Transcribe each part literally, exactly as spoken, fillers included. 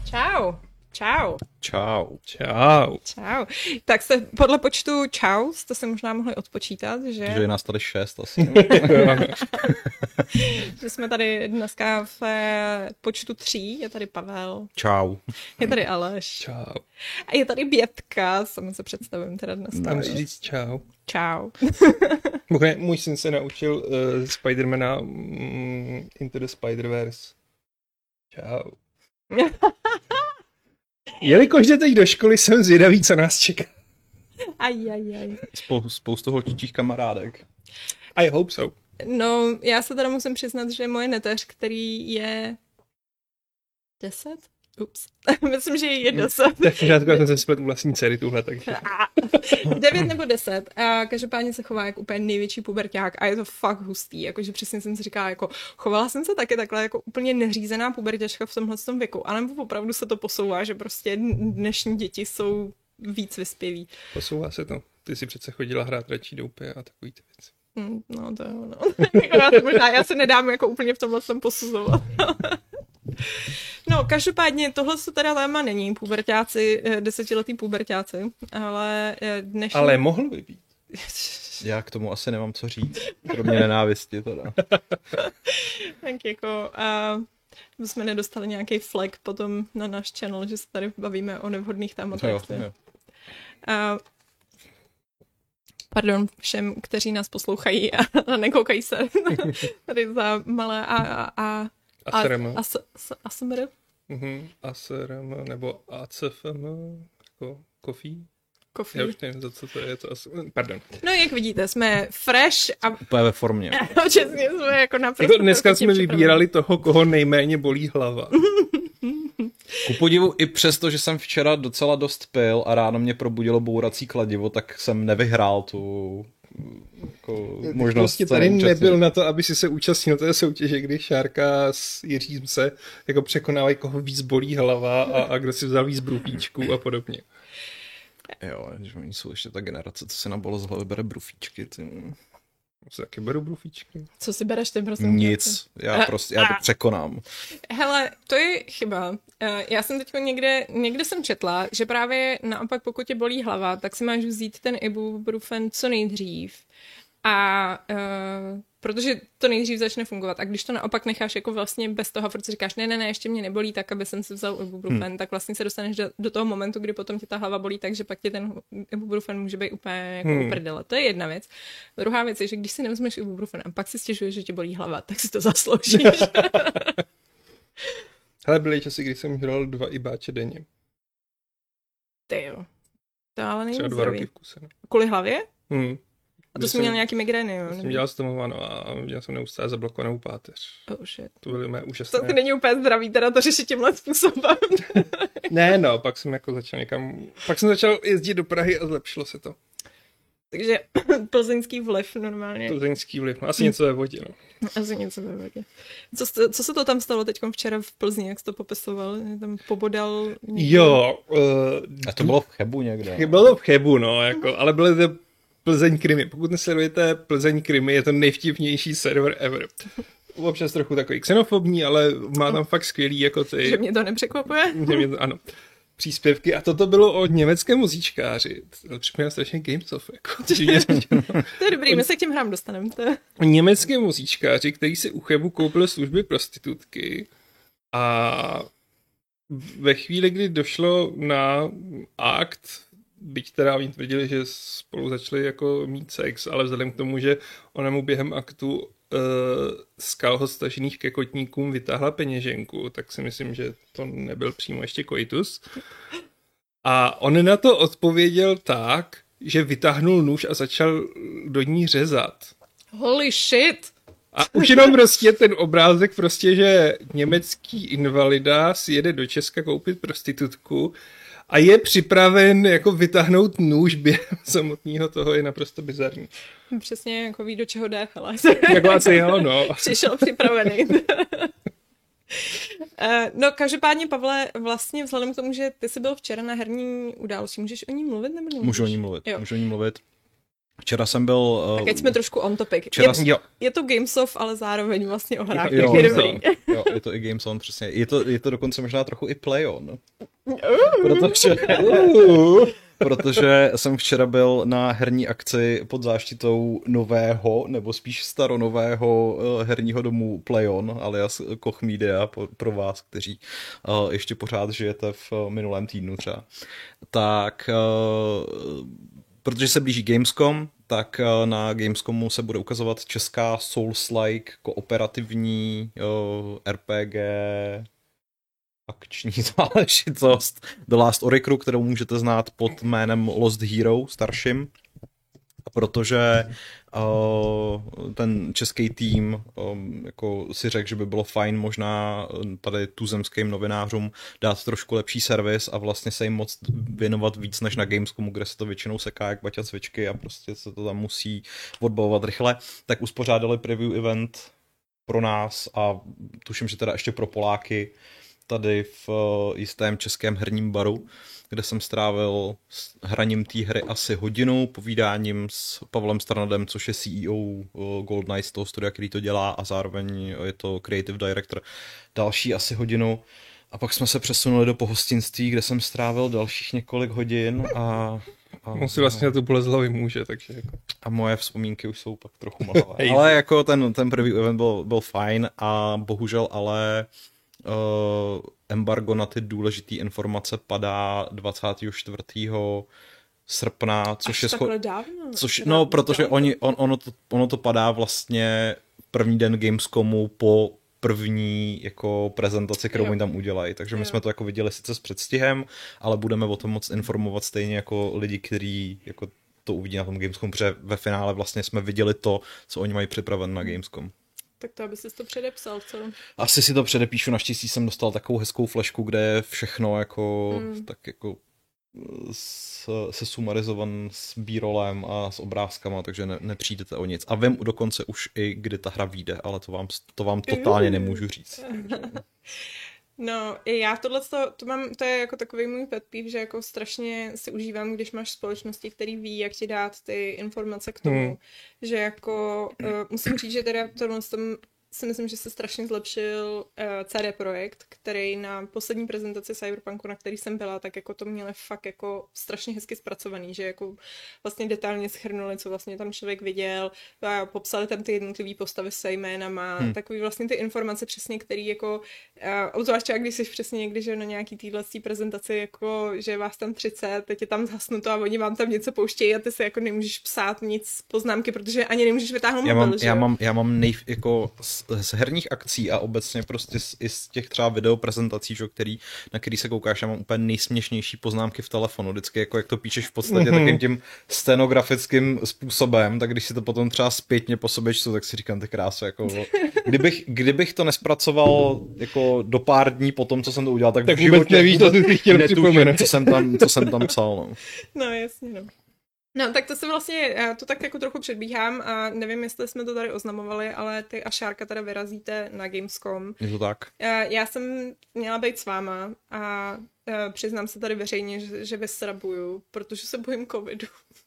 Čau. Čau. Čau. Čau. Čau. Tak se podle počtu čau jste se možná mohli odpočítat, že? Že je nás tady šest asi. Že jsme tady dneska v počtu tří. Je tady Pavel. Čau. Je tady Aleš. Čau. A je tady Bětka. Sami se představím teda dneska. Tam musíš říct čau. Čau. Můj syn se naučil uh, Spidermana um, Into the Spider-Verse. Čau. Jelikož jde teď do školy, jsem zvědavý, co nás čeká. Aj, aj, aj. Spou- spoustu holčičích kamarádek. I hope so. No, já se teda musím přiznat, že moje neteř, který je deset? Ups. Myslím, že je deset. Tak v pořádku, já jsem se splet u vlastní dcery tuhle, takže... Devět nebo deset. A každopádně se chová jako úplně největší puberťák a je to fakt hustý. Jakože přesně jsem si říkala, jako chovala jsem se taky takhle jako úplně neřízená puberťačka v tomhle tom věku. Ale opravdu se to posouvá, že prostě dnešní děti jsou víc vyspělí. Posouvá se to. Ty si přece chodila hrát radši doupě a takový ty věci. Hmm, no to jo, no. já, možná já se nedám jako úplně v tomhle tom posuzovat. No, každopádně tohle to teda téma není puberťáci, desetiletý puberťáci, ale dnešní... Ale mohl by být. Já k tomu asi nemám co říct, kromě nenávisti teda. Tak jako, uh, jsme nedostali nějaký flag potom na náš channel, že se tady bavíme o nevhodných tématech. Jo, jo. Uh, pardon všem, kteří nás poslouchají a, a nekoukají se tady za malé a... a, a A S R M. A S M R? Mhm, A S R M nebo A C F M, jako kofí. Kofí. Já už nevím, za co to je, to asi... Pardon. No, jak vidíte, jsme fresh a... Úplně ve formě. Čestně jsme jako naprosto... Jako dneska jsme vybírali toho, koho nejméně bolí hlava. Ku podivu i přesto, že jsem včera docela dost pil a ráno mě probudilo bourací kladivo, tak jsem nevyhrál tu jako možnost. Prostě tady nebyl na to, aby si se účastnil té soutěže, kdy Šárka s Jiřím se jako překonávají, koho víc bolí hlava a, a kdo si vzal víc brufíčků a podobně. Jo, že oni jsou ještě ta generace, co se na bolo z hlavy bere brufíčky. Ty. Já si taky beru brufíčky. Co si bereš ty, prosím? Nic, já prostě, já to překonám. Hele, to je chyba. Já jsem teď někde, někde jsem četla, že právě naopak pokud tě bolí hlava, tak si máš vzít ten ibuprofen co nejdřív. A uh, protože to nejdřív začne fungovat. A když to naopak necháš jako vlastně bez toho, protože říkáš, ne, ne, ne, ještě mě nebolí tak, aby jsem si vzal ibuprofen, hmm. tak vlastně se dostaneš do, do toho momentu, kdy potom tě ta hlava bolí, takže pak tě ten ibuprofen může být úplně jako hmm. uprdele. To je jedna věc. Druhá věc je, že když si nevezmeš ibuprofen a pak si stěžuješ, že tě bolí hlava, tak si to zasloužíš. Hele, byly časy, kdy jsem hrál dva ibáče denně. Ty jo. To ale není Třeba dva roky v kuse. Ne? Kvůli hlavě? Hmm. A to jsi měl nějaký migrény, jo? Jsem dělal stomováno a měl jsem neustále zablokovanou páteř. Oh shit. To byly mé úžasné. To není úplně zdravý, teda to řešit tímhle způsobem. Ne, no, pak jsem jako začal někam, pak jsem začal jezdit do Prahy a zlepšilo se to. Takže plzeňský vliv normálně. Plzeňský vliv, asi něco ve vodě, no. Asi něco ve vodě. Co, co se to tam stalo teď včera v Plzni, jak jsi to popisoval? Tam pobodal... Někdo? Jo. Uh, a to bylo v Chebu někde. No. Bylo v Chebu, no, jako, ale bylo to Plzeň Krimi. Pokud nesledujete Plzeň Krimi, je to nejvtipnější server ever. Občas trochu takový xenofobní, ale má tam fakt skvělý jako ty... Že mě to nepřekvapuje? Mě to, ano. Příspěvky a toto bylo o německém muzíčkáři. Připomínám strašně Gamesov. Jako, to je dobrý, my se k těm hrám dostaneme. To... O německém muzíčkáři, který si u Chebu koupil služby prostitutky a ve chvíli, kdy došlo na akt, byť teda oni tvrdili, že spolu začali jako mít sex, ale vzhledem k tomu, že ona mu během aktu z kalhot stažených ke kotníkům vytáhla peněženku, tak si myslím, že to nebyl přímo ještě koitus. A on na to odpověděl tak, že vytáhnul nůž a začal do ní řezat. Holy shit! A už jenom prostě ten obrázek prostě, že německý invalida si jede do Česka koupit prostitutku a je připraven jako vytáhnout nůž během samotného toho, je naprosto bizarní. Přesně jako ví, do čeho jde, hele. Jako asi jo, no. Přišel připravený. No, každopádně, Pavle, vlastně vzhledem k tomu, že ty jsi byl včera na herní události, můžeš o ní mluvit nebo nemůžeš? Můžu o ní mluvit, jo. můžu o ní mluvit. Včera jsem byl... Uh, tak ať jsme trošku on topic. Včera Je, jsem, jo. je to Gamesoft, ale zároveň vlastně o hrách. Jo, je dobrý. Jo, je to i Gameson, přesně. Je to, je to dokonce možná trochu i Playon. Protože... Protože jsem včera byl na herní akci pod záštitou nového, nebo spíš staronového herního domu Playon, alias Koch Media, pro vás, kteří ještě pořád žijete v minulém týdnu třeba. Tak, protože se blíží Gamescom, tak na Gamescomu se bude ukazovat česká Souls-like kooperativní R P G akční záležitost The Last Oricru, kterou můžete znát pod jménem Lost Hero starším, protože uh, ten český tým um, jako si řekl, že by bylo fajn možná tady tuzemským novinářům dát trošku lepší servis a vlastně se jim moc věnovat víc než na Gamescomu, kde se to většinou seká jak baťa cvičky a prostě se to tam musí odbavovat rychle, tak uspořádali preview event pro nás a tuším, že teda ještě pro Poláky tady v jistém českém herním baru, kde jsem strávil s hraním té hry asi hodinu, povídáním s Pavlem Strnadem, což je C E O Gold Knights, toho studia, který to dělá a zároveň je to creative director, další asi hodinu. A pak jsme se přesunuli do pohostinství, kde jsem strávil dalších několik hodin a... a On si vlastně na tu bolest hlavy může, takže jako... A moje vzpomínky už jsou pak trochu malé. Ale jako ten, ten preview event byl, byl fajn a bohužel ale... Uh, embargo na ty důležité informace padá dvacátého čtvrtého srpna, což Až je takhle scho- dávno. což, no, protože oni, on, ono, to, ono to padá vlastně první den Gamescomu po první jako prezentaci, kterou jo. oni tam udělají, takže my jo. jsme to jako viděli sice s předstihem, ale budeme o tom moc informovat stejně jako lidi, kteří jako to uvidí na tom Gamescomu, protože ve finále vlastně jsme viděli to, co oni mají připraven na Gamescom. Tak to, aby jsi to předepsal, co? Asi si to předepíšu, naštěstí jsem dostal takovou hezkou flešku, kde je všechno jako, mm. tak jako s, se sumarizovan s b-rollem a s obrázkama, takže ne, nepřijdete o nic. A vím dokonce už i, kdy ta hra vyjde, ale to vám, to vám totálně nemůžu říct. No, já tohle to, to mám, to je jako takový můj pet peeve, že jako strašně si užívám, když máš společnosti, který ví, jak ti dát ty informace k tomu, hmm. že jako uh, musím říct, že teda tohle tom si myslím, že se strašně zlepšil uh, C D Projekt, který na poslední prezentaci Cyberpunku, na který jsem byla, tak jako to měli fakt jako strašně hezky zpracovaný, že jako vlastně detailně shrnuli, co vlastně tam člověk viděl, a popsali tam ty jednotlivý postavy se jménama, hmm. takový vlastně ty informace přesně, který jako, uh, zvláště když jsi přesně někdy, že na nějaký téhle prezentaci, jako, že je vás tam třicet, teď je tam zhasnuto a oni vám tam něco pouštějí a ty si jako nemůžeš psát nic poznámky, protože ani nemůžeš vytáhnout já mobil, mám, že já mám, já mám nej, jako z herních akcí a obecně prostě z, i z těch třeba videoprezentací, že, který, na který se koukáš, já mám úplně nejsměšnější poznámky v telefonu. Vždycky jako jak to píšeš v podstatě mm-hmm. takým tím stenografickým způsobem, tak když si to potom třeba zpětně po sobě čtu, tak si říkám ty krásy. Jako, kdybych, kdybych to nespracoval jako do pár dní po tom, co jsem to udělal, tak, tak v životě nevíš, co jsi chtěl připomenout. Co jsem tam, co jsem tam psal. No, no jasně, no. No, tak to se vlastně, já to tak jako trochu předbíhám a nevím, jestli jsme to tady oznamovali, ale ty a Šárka teda vyrazíte na Gamescom. Je to tak? Já jsem měla být s váma a přiznám se tady veřejně, že, že vysrabuju, protože se bojím covidu.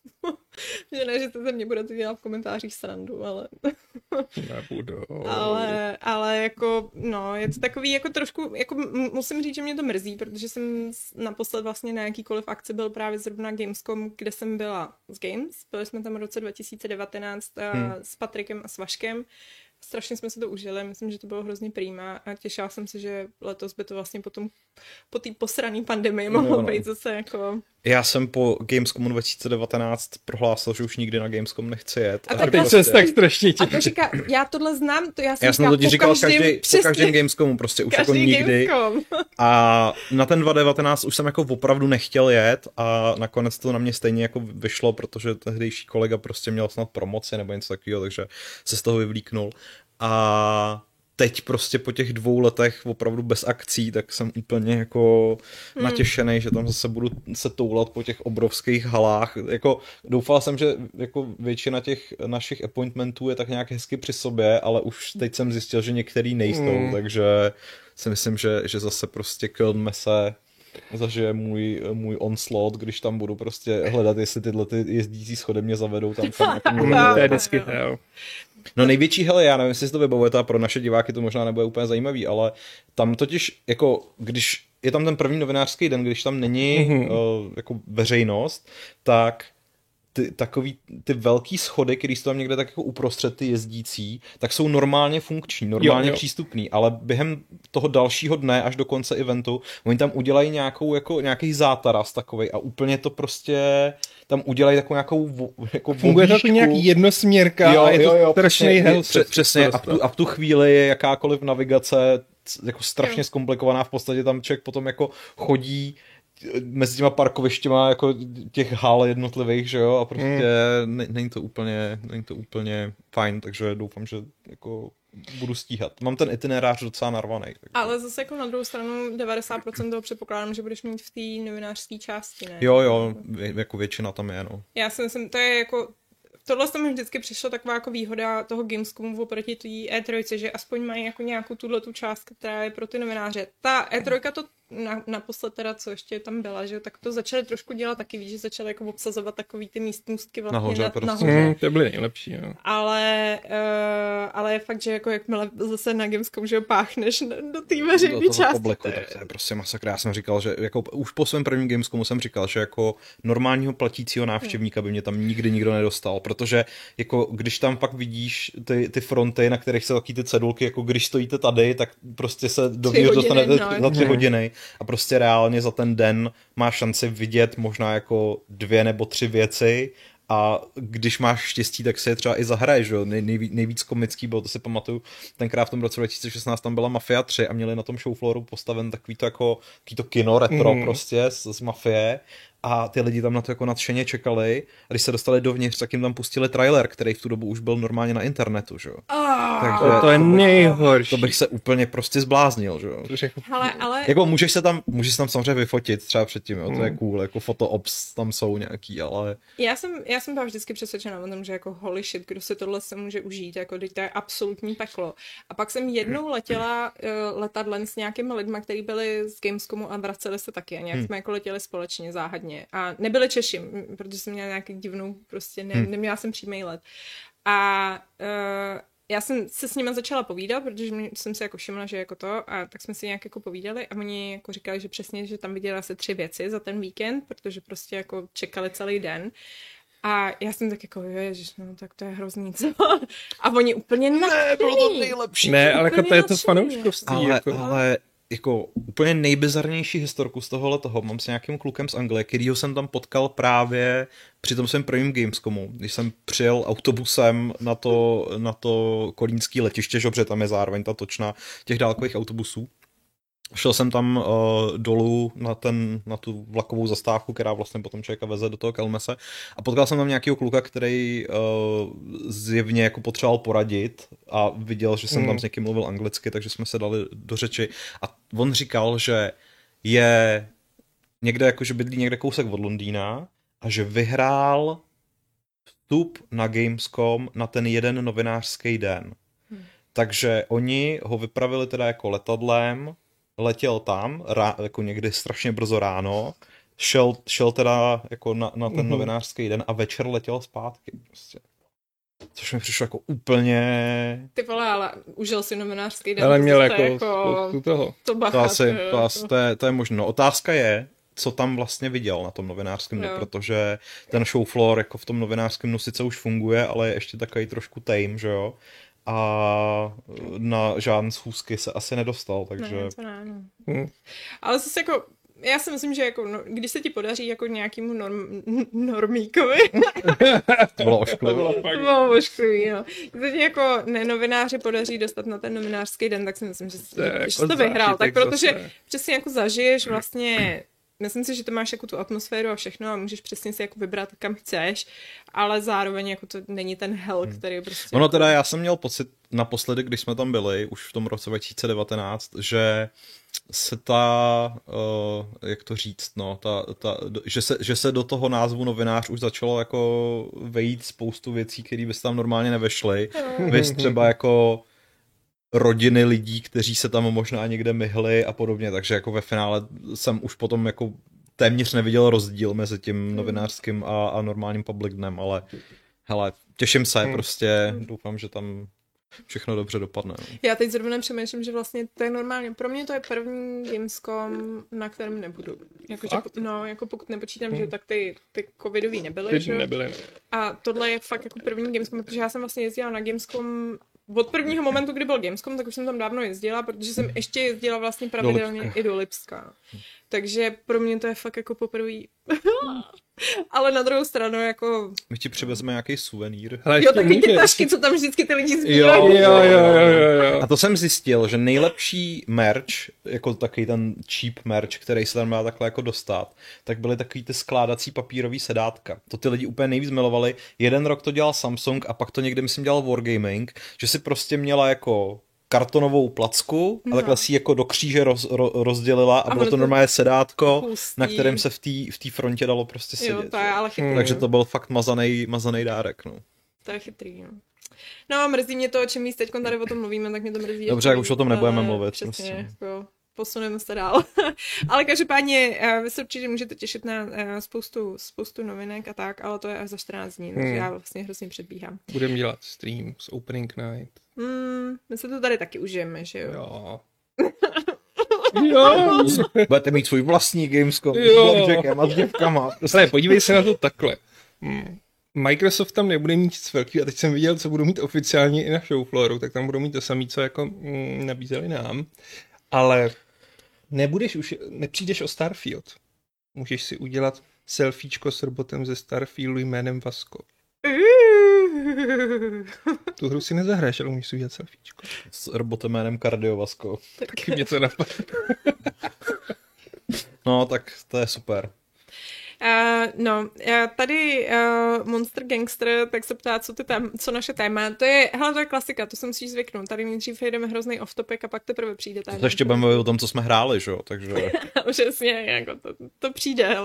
Že ne, že to ze mě budete dělat v komentářích srandu, ale... Nebudu. ale, ale jako, no, je to takový jako trošku, jako musím říct, že mě to mrzí, protože jsem naposled vlastně na jakýkoliv akci byl právě zrovna Gamescom, kde jsem byla z Games. Byli jsme tam v roce dva tisíce devatenáct hmm. s Patrikem a s Vaškem. Strašně jsme se to užili, myslím, že to bylo hrozně prýma a těšila jsem se, že letos by to vlastně potom po té posrané pandemii mohlo no, no. být zase jako... Já jsem po Gamescomu dva tisíce devatenáct prohlásil, že už nikdy na Gamescom nechci jet. A, a teď se tak strašně těším. A to říká, já tohle znám, to já jsem, já jsem to ti říkal každý, přesně, po každém Gamescomu, prostě už jako nikdy. Gamescom. A na ten dva tisíce devatenáct už jsem jako opravdu nechtěl jet a nakonec to na mě stejně jako vyšlo, protože tehdejší kolega prostě měl snad promoci nebo něco takového, takže se z toho vyvlíknul. A teď prostě po těch dvou letech opravdu bez akcí, tak jsem úplně jako hmm. natěšený, že tam zase budu se toulat po těch obrovských halách. Jako doufal jsem, že jako většina těch našich appointmentů je tak nějak hezky při sobě, ale už teď jsem zjistil, že některý nejsou, hmm. takže si myslím, že, že zase prostě klnme se zažije můj, můj onslaught, když tam budu prostě hledat, jestli tyhle ty jezdící schody mě zavedou tam. tam to je vždycky hell. No největší, hele, já nevím, jestli si to vybavujete, a pro naše diváky to možná nebude úplně zajímavý, ale tam totiž, jako, když je tam ten první novinářský den, když tam není mm-hmm. uh, jako veřejnost, tak ty, takový, ty velký schody, které jsou tam někde tak jako uprostřed ty jezdící, tak jsou normálně funkční, normálně jo, jo. přístupný, ale během toho dalšího dne až do konce eventu, oni tam udělají nějakou, jako, nějaký zátaras takovej a úplně to prostě tam udělají takovou nějakou jako funguje to jako nějak jednosměrka jo, a je to jo, jo, strašný hell. Přesně, přesně a, v tu, a v tu chvíli je jakákoliv navigace jako strašně jo. zkomplikovaná, v podstatě tam člověk potom jako chodí mezi těma parkovištěma jako těch hal jednotlivých, že jo, a prostě mm. ne, není to úplně, není to úplně fajn, takže doufám, že jako budu stíhat. Mám ten itinerář docela narvaný. Takže. Ale zase jako na druhou stranu devadesát procent toho předpokládám, že budeš mít v té novinářské části, ne? Jo, jo, jako většina tam je, no. Já si myslím, to je jako tohle mi vždycky přišlo taková jako výhoda toho Gamescomu oproti té E tři, že aspoň mají jako nějakou tuhletu část, která je pro ty novináře. Ta E tři to na, naposled teda, co ještě tam byla, že tak to začali trošku dělat taky, víš, že začali jako obsazovat takový ty místnostky vlastně nahoře, na, prostě. nahoře. Mm, to byly nejlepší, jo. Ale, uh, ale je fakt, že jako jakmile zase na Gamescom, že páchneš do té veřejné části. Publiku, tak to je prostě masakr. Já jsem říkal, že jako už po svém prvním Gamescomu jsem říkal, že jako normálního platícího návštěvníka by mě tam nikdy nikdo nedostal, protože jako když tam pak vidíš ty, ty fronty, na kterých se taky ty cedulky, jako když stojíte tady, tak prostě se dovnitř dostanete no, za tři hodiny a prostě reálně za ten den máš šanci vidět možná jako dvě nebo tři věci a když máš štěstí, tak se je třeba i zahraješ, jo? Nej, nejví, nejvíc komický bylo, to si pamatuju, tenkrát v tom roce dva tisíce šestnáct tam byla Mafia tři a měli na tom showflooru postaven takový to jako takový to kino retro mm. prostě z, z Mafie a ty lidi tam na to jako nadšeně čekali a když se dostali dovnitř, tak jim tam pustili trailer, který v tu dobu už byl normálně na internetu, že jo. Oh, Takže to je nejhorší. To bych se úplně prostě zbláznil, že jo. Hele, ale... Jako můžeš se tam, můžeš se tam samozřejmě vyfotit třeba předtím, jo, to je cool, jako fotoops tam jsou nějaký, ale... Já jsem, já jsem byla vždycky přesvědčená o tom, že jako holy shit, kdo si tohle se může užít, jako teď to je absolutní peklo. A pak jsem jednou letěla uh, letadlem s nějakými lidmi, kteří byli z Gamescomu a vraceli se taky a nějak hmm. jsme jako letěli společně záhadně. A nebyli Češi, protože jsem měla nějaký divnou, prostě ne, hmm. neměla jsem přímý let. A uh, já jsem se s nimi začala povídat, protože jsem si jako všimla, že jako to, a tak jsme si nějak jako povídali a oni jako říkali, že přesně, že tam viděli asi tři věci za ten víkend, protože prostě jako čekali celý den. A já jsem tak jako, ježiš, no tak to je hrozný, co? A oni úplně ne, bylo to nejlepší. Ne, ale jako to je to fanouškovství. Ale, jako. ale jako úplně nejbizarnější historku z tohohle toho mám s nějakým klukem z Anglie, kterýho jsem tam potkal právě při tom svém prvním Gamescomu, když jsem přijel autobusem na to, na to kolínský letiště, že protože tam je zároveň ta točna těch dálkových autobusů. Šel jsem tam uh, dolů na, ten, na tu vlakovou zastávku, která vlastně potom člověka veze do toho Kelmese a potkal jsem tam nějakého kluka, který uh, zjevně jako potřeboval poradit a viděl, že jsem mm. tam s někým mluvil anglicky, takže jsme se dali do řeči a on říkal, že je někde jako, že bydlí někde kousek od Londýna a že vyhrál vstup na Gamescom na ten jeden novinářský den. Mm. Takže oni ho vypravili teda jako letadlem, letěl tam, rá, jako někdy strašně brzo ráno, šel, šel teda jako na, na ten mm-hmm. novinářský den a večer letěl zpátky. Prostě. Což mi přišlo jako úplně... Ty vole, ale užil si novinářský den. Ale měl jako, jako toho. To, bacha, to, asi, to, asi, to, je, to je možno. Otázka je, co tam vlastně viděl na tom novinářském dnu, protože ten show floor jako v tom novinářském dnu sice už funguje, ale je ještě takový trošku tame, že jo? A na žádné schůzky se asi nedostal, takže... Ne, to ne, no. hmm. Ale zase jako, já si myslím, že jako, no, když se ti podaří jako nějakému norm, normíkovi... to bylo ošklivé. To bylo ošklivý, no. Když se ti jako nenovináři podaří dostat na ten novinářský den, tak si myslím, že jsi to, jako to vyhrál. Tak protože zase. Přesně jako zažiješ vlastně... Myslím si, že to máš jako tu atmosféru a všechno a můžeš přesně si jako vybrat, kam chceš, ale zároveň jako to není ten hell, který prostě... Ono teda, já jsem měl pocit naposledy, když jsme tam byli, už v tom roce dva tisíce devatenáct, že se ta, uh, jak to říct, no, ta, ta, že, se, že se do toho názvu novinář už začalo jako vejít spoustu věcí, které by se tam normálně nevešly. Víš třeba jako rodiny lidí, kteří se tam možná někde myhli a podobně, takže jako ve finále jsem už potom jako téměř neviděl rozdíl mezi tím novinářským a, a normálním public dnem, ale hele, těším se, hmm. prostě doufám, že tam všechno dobře dopadne. No. Já teď zrovna přemýšlím, že vlastně to je normálně. Pro mě to je první Gamescom, na kterém nebudu. Jako, že, no, jako pokud nepočítám, hmm. že tak ty, ty covidový nebyly, že? Nebyly. A tohle je fakt jako první Gamescom, protože já jsem vlastně jezdila na Gamescom od prvního momentu, kdy byl Gamescom, tak už jsem tam dávno jezdila, protože jsem ještě jezdila vlastně pravidelně do i do Lipska. Takže pro mě to je fakt jako poprvé. Ale na druhou stranu jako... My ti přivezeme nějaký suvenýr. Hele, jo, taky ty tašky, co tam vždycky ty lidi sbírají. Jo, jo, jo, jo, jo. A to jsem zjistil, že nejlepší merch, jako takový ten cheap merch, který se tam dá takhle jako dostat, tak byly takový ty skládací papírový sedátka. To ty lidi úplně nejvíc milovali. Jeden rok to dělal Samsung a pak to někde, myslím, dělal Wargaming, že si prostě měla jako kartonovou placku a takhle si jako do kříže roz, ro, rozdělila a, a bylo to normálně sedátko, pustí. Na kterém se v té v té frontě dalo prostě sedět. Jo, to je ale chytrý. Takže to byl fakt mazaný, mazaný dárek. No. To je chytrý, no. No, mrzí mě to, čím víc teď tady o tom mluvíme, tak mě to mrzí. Dobře, jak už o tom nebudeme mluvit. Přesně, jako posuneme se dál. Ale každopádně vy se určitě můžete těšit na spoustu, spoustu novinek a tak, ale to je až za čtrnáct dní, takže hmm. já vlastně hrozně předbíhám. Budeme dělat stream s Opening Night. Hmm, my se to tady taky užijeme, že jo? Jo. Jo. Budete mít svůj vlastní Gamescom s blackjackem a s děvkama. Ale podívej se na to takhle. Hmm. Microsoft tam nebude mít nic velký a teď jsem viděl, co budou mít oficiálně i na showflooru, tak tam budou mít to samé, co jako mm, nabízeli nám. Ale nebudeš už, nepřijdeš o Starfield. Můžeš si udělat selfiečko s robotem ze Starfieldu jménem Vasco. Tu hru si nezahraješ, ale můžeš si udělat selfiečko. S robotem jménem Cardio Vasco. Taky mě to napadlo. No, tak to je super. Uh, no, uh, tady uh, Monster Gangster, tak se ptá, co, ty tam, co naše téma. To je, hele, to je klasika, to se musíš zvyknout. Tady nejdřív jdeme hrozný off-topic a pak teprve přijde. To ještě budeme mluvit o tom, co jsme hráli, že jo, takže... Přesně, jako to, to přijde, hele.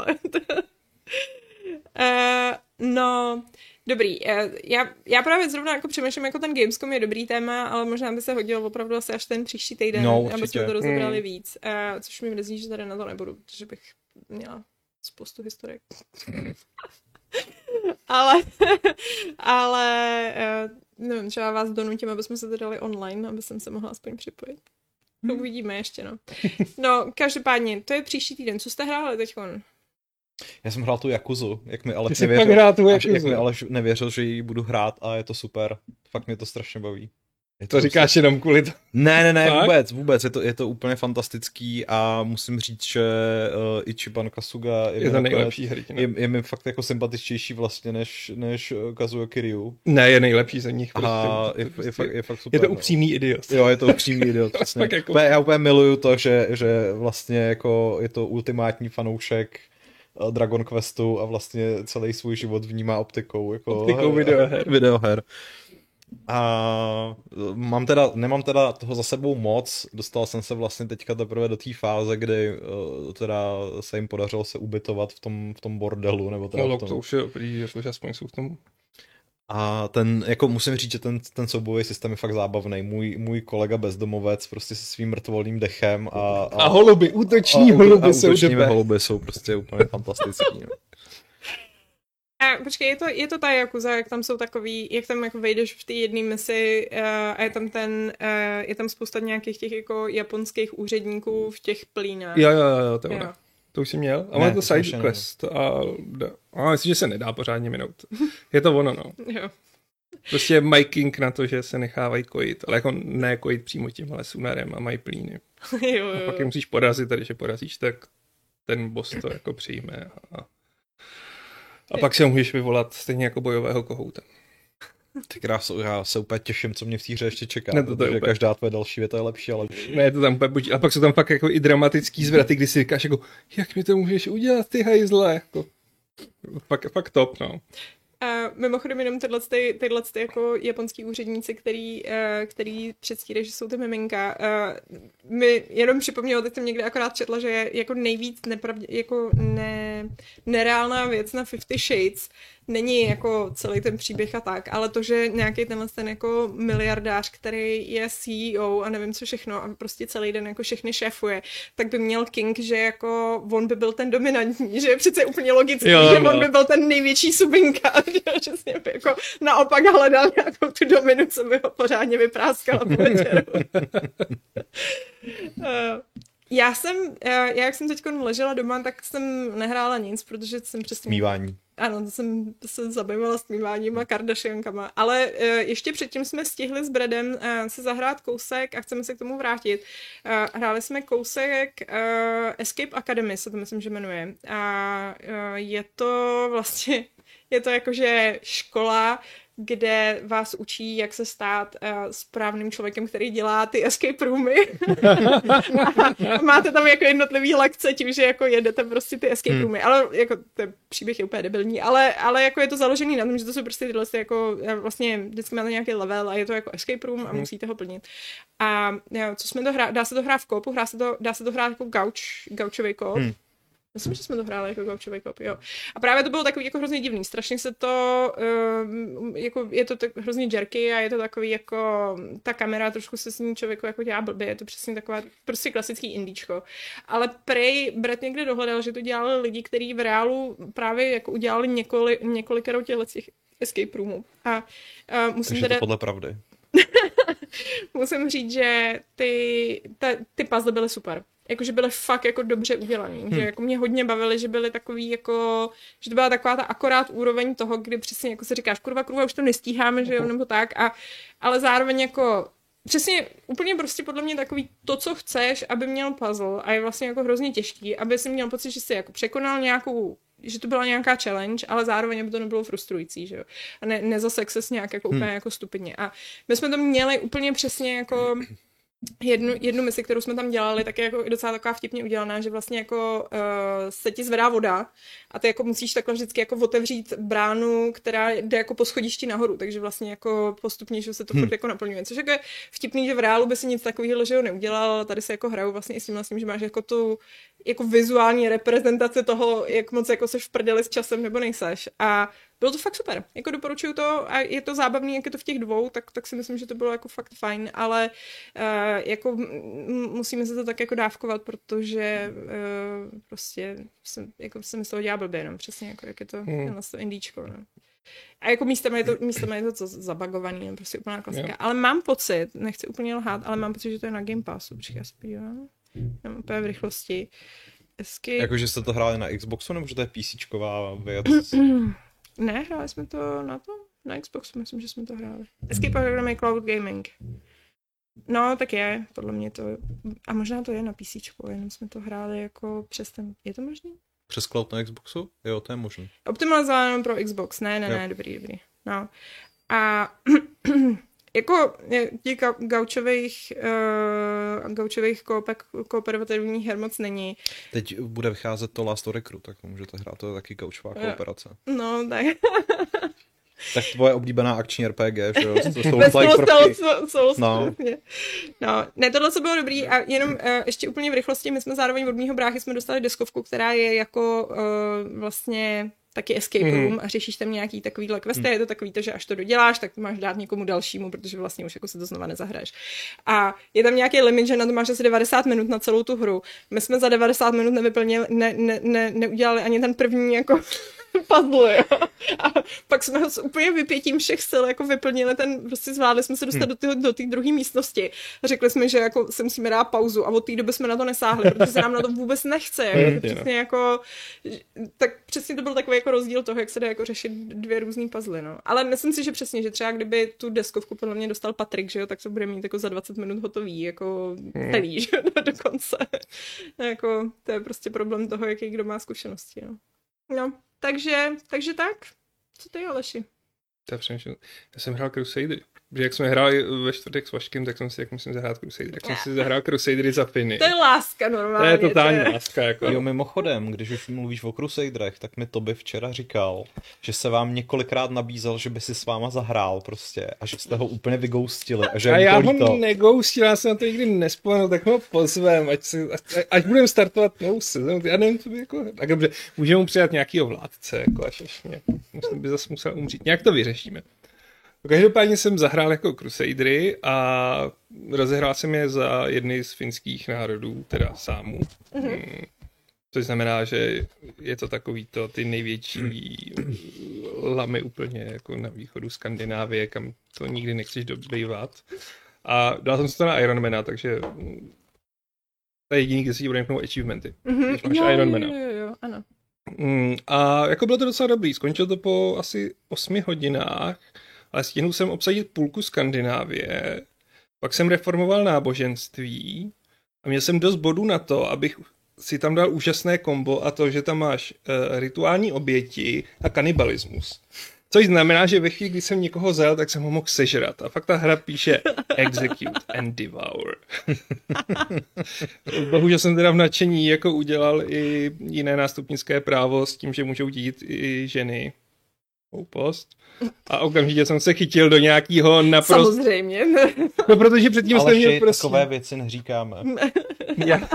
uh, no, dobrý. Uh, já, já právě zrovna jako přemýšlím, jako ten Gamescom je dobrý téma, ale možná by se hodil opravdu asi až ten příští týden, no, aby jsme to rozebrali mm. víc. Uh, což mi mrzí, že tady na to nebudu, protože bych měla spoustu historik. ale, ale nevím, třeba vás donutím, aby jsme se to dali online, aby jsem se mohla aspoň připojit. To uvidíme ještě, no. No, každopádně, to je příští týden. Co jste hráli teďkon? Já jsem hrál tu Jakuzu, jak mi Aleš nevěřil, tu až, jak mi Aleš nevěřil, že ji budu hrát a je to super. Fakt mě to strašně baví. Je to, to říkáš prostě... jenom kvůli to. Ne, ne, ne, vůbec, vůbec. Je to, je to úplně fantastický a musím říct, že uh, Ichiban Kasuga je, je to nejlepší hrdina. Je, je mi fakt jako sympatičtější vlastně než, než Kazuya Kiryu. Ne, je nejlepší ze nich. Prostě. A je, je, fakt, je fakt super. Je to upřímný idiot. Jo, je to upřímný idiot, přesně. jako... Já úplně miluju to, že, že vlastně jako je to ultimátní fanoušek Dragon Questu a vlastně celý svůj život vnímá optikou. Jako optikou videoher. videoher. A mám teda, nemám teda toho za sebou moc, dostal jsem se vlastně teďka teprve do té fáze, kdy uh, teda se jim podařilo se ubytovat v tom, v tom bordelu, nebo teda no, v tom... to už je dobrý, že aspoň jsou v tom. A ten, jako musím říct, že ten, ten soubojový systém je fakt zábavný. Můj, můj kolega bezdomovec prostě se svým mrtvolným dechem a... A, a holuby, útoční a, holuby a, jsou útoční holuby jsou prostě úplně fantastický. No. A počkej, je to, je to ta Yakuza, jak tam jsou takový, jak tam jako vejdeš v té jedné misi uh, a je tam ten, uh, je tam spousta nějakých těch jako japonských úředníků v těch plínách. Jo, jo, jo, to je ono. To už jsi měl? A má to side quest a, a myslím, že se nedá pořádně minout. Je to ono, no. Jo. Prostě mají king na to, že se nechávají kojit, ale jako ne kojit přímo tím, ale sunarem a mají plíny. Jo, jo. A pak je musíš porazit, tady, že porazíš, tak ten boss to jako přijme a A pak si ho můžeš vyvolat stejně jako bojového kohouta. Ty krásou, já se úplně těším, co mě v té hře ještě čeká. Ne, to to protože každá tvoje další věta je lepší, ale... Ne, je to tam úplně buď... A pak jsou tam fakt jako i dramatický zvraty, kdy si říkáš jako, jak mi to můžeš udělat, ty hajzle, jako... Fakt, fakt top, no. A mimochodem jenom tyhle, ty, tyhle ty jako japonský úředníci, který, uh, který předstírají, že jsou ty miminka, uh, mi jenom připomnělo, teď jsem někde akorát četla, že je jako nejvíc nepravdě, jako ne, nereálná věc na Fifty Shades, není jako celý ten příběh a tak, ale to, že nějaký tenhle ten jako miliardář, který je C E O a nevím co všechno a prostě celý den jako všechny šéfuje, tak by měl King, že jako on by byl ten dominantní, že je přece úplně logický, jo, že no. on by byl ten největší subinka, že si jako naopak hledal nějakou tu dominu, co by ho pořádně vypráskala po večeru. Já jsem, já jak jsem teď ležela doma, tak jsem nehrála nic, protože jsem přesně... Smívání. Ano, to jsem se zabývala smíváním a Kardashiankama, ale uh, ještě předtím jsme stihli s Bradem uh, se zahrát kousek a chceme se k tomu vrátit. Uh, hráli jsme kousek uh, Escape Academy, se to myslím, že jmenuje. A uh, je to vlastně, je to jakože škola, kde vás učí, jak se stát uh, správným člověkem, který dělá ty escape roomy. A máte tam jako jednotlivý lekce tím, že jako jedete prostě ty escape roomy. Hmm. Ale jako ten příběh je úplně debilní, ale, ale jako je to založený na tom, že to jsou prostě tyhle jako vlastně vždycky máte nějaký level a je to jako escape room a hmm. musíte ho plnit. A jo, co jsme to hrát, dá se to hrát v koopu, dá se to, dá se to hrát jako gauč, gaučový koop. Hmm. Myslím, že jsme to hráli jako gaučový kop, jo. A právě to bylo takový jako hrozně divný. Strašně se to, uh, jako je to tak hrozně jerky a je to takový jako, ta kamera trošku se s ní člověku jako dělá blbě. Je to přesně taková, prostě klasický indíčko. Ale prej Brett někde dohledal, že to dělali lidi, kteří v reálu právě jako udělali několik, několikero těch escape roomů. A uh, musím Takže teda... to podle pravdy. Musím říct, že ty, ta, ty puzzle byly super. Jakože byly fakt jako dobře udělaný. Hmm. Že jako mě hodně bavily, že byly takový jako, že to byla taková ta akorát úroveň toho, kdy přesně jako se říkáš, kurva, kurva, už to nestíháme, že jo, nebo tak. A, ale zároveň jako přesně úplně prostě podle mě takový to, co chceš, aby měl puzzle a je vlastně jako hrozně těžký, aby si měl pocit, že jsi jako překonal nějakou, že to byla nějaká challenge, ale zároveň aby to nebylo frustrující, že jo. A ne, nezasek ses nějak jako úplně hmm. jako stupidně. A my jsme to měli úplně přesně jako Jednu, jednu misi, kterou jsme tam dělali, tak je jako docela taková vtipně udělaná, že vlastně jako uh, se ti zvedá voda a ty jako musíš takhle vždycky jako otevřít bránu, která jde jako po schodišti nahoru, takže vlastně jako postupně, že se to hmm. furt jako naplňuje. Což jako je vtipný, že v reálu by si nic takového, že ho neudělal, ale tady se jako hraju vlastně i s tím vlastně, že máš jako tu jako vizuální reprezentaci toho, jak moc jako seš v prdeli s časem nebo nejseš. A bylo to fakt super. Jako doporučuju to a je to zábavný, jak je to v těch dvou, tak, tak si myslím, že to bylo jako fakt fajn, ale uh, jako m- musíme se to tak jako dávkovat, protože uh, prostě jsem, jako jsem z toho dělá blbě, no. Přesně jako, jak je to, hmm. to indíčko, no. A jako místama je to, místama je to co zabagovaný, no, prostě úplná klasika. Yeah. Ale mám pocit, nechci úplně lhát, ale mám pocit, že to je na Game Passu, počkej, já se podívám. Mám úplně v rychlosti. Escape. Jakože jste to hráli na Xboxu, nebo že to je PCčková věc? Ne, hráli jsme to na to, na Xboxu, myslím, že jsme to hráli. Escape Academy Cloud Gaming. No, tak je, podle mě to, a možná to je na PCčku, jenom jsme to hráli jako přes ten, je to možný? Přes cloud na Xboxu? Jo, to je možné. Optimalizované pro Xbox, ne, ne, jo. ne, dobrý, dobrý. No. A jako těch gaučových, uh, gaučových kooperativních her moc není. Teď bude vycházet to Last of Recruit, tak můžete hrát, to je taky gaučová kooperace. No, tak. Tak tvoje oblíbená akční R P G, že jo? No. no, ne, tohle co bylo dobrý a jenom uh, ještě úplně v rychlosti, my jsme zároveň od mýho bráchy jsme dostali deskovku, která je jako uh, vlastně taky escape room mm. a řešíš tam nějaký takovýhle questy, mm. je to takový to, že až to doděláš, tak to máš dát někomu dalšímu, protože vlastně už jako se to znova nezahraješ. A je tam nějaký limit, že na to máš asi devadesát minut na celou tu hru. My jsme za devadesát minut nevyplnili, ne, ne, ne, neudělali ani ten první jako puzzle, jo. A pak jsme ho s úplně vypětím všech sil jako vyplnili ten, prostě zvládli jsme se dostat hmm. do té do té druhé místnosti. A řekli jsme, že jako si musíme dát pauzu a od té doby jsme na to nesáhli, protože se nám na to vůbec nechce. Jako, přesně jako, tak přesně to byl takový jako rozdíl toho, jak se dá jako řešit dvě různý puzzle, no. Ale myslím si, že přesně, že třeba kdyby tu deskovku podle mě dostal Patrik, že jo, tak to bude mít jako za dvacet minut hotový, jako celý, že jo, dokonce. Jako, to je prostě problém toho, jaký kdo má zkušenosti, no. No, takže, takže tak. Co ty, Aleši? Já jsem hrál Crusady. Protože jak jsme hráli ve čtvrtek s Vaškem, tak jsem si, jak musím zahrát Crusader, tak jsem si zahrál Crusadery za Finy. To je láska normálně. To je totální láska. Jako. Jo, mimochodem, když už mluvíš o Crusaderech, tak mi Toby včera říkal, že se vám několikrát nabízel, že by si s váma zahrál prostě a že jste ho úplně vygoustili. A, že a já ho to. negoustil, já jsem na to nikdy nespomenul, tak ho pozvem, ať, si, ať, ať budeme startovat novou sezonu. Já nevím, co by jako... Tak dobře, můžeme mu přidat nějakýho vládce, jako až, až mě, myslím, by zase musel umřít. Nějak to vyřešíme. Každopádně jsem zahrál jako Crusadery a rozehrál jsem je za jedny z finských národů, teda sámů. Mm-hmm. Což znamená, že je to takový to, ty největší lamy úplně jako na východu Skandinávie, kam to nikdy nechceš dobývat. A dal jsem se to na Ironmana, takže to je jediný, kde si ti bude nechnou achievementy, mm-hmm. když máš jo, Ironmana. Jo, jo, jo, ano. Mm, a jako bylo to docela dobrý, skončilo to po asi osmi hodinách, ale stihnul jsem obsadit půlku Skandinávie, pak jsem reformoval náboženství a měl jsem dost bodů na to, abych si tam dal úžasné kombo a to, že tam máš uh, rituální oběti a kanibalismus. Což znamená, že ve chvíli, kdy jsem někoho zel, tak jsem ho mohl sežrat. A fakt ta hra píše execute and devour. Bohužel jsem teda v nadšení jako udělal i jiné nástupnické právo s tím, že můžou dít i ženy. Post. A okamžitě jsem se chytil do nějakého naprosto... Samozřejmě. No, protože předtím ale jsem měl prostě... takové věci neříkáme. Já...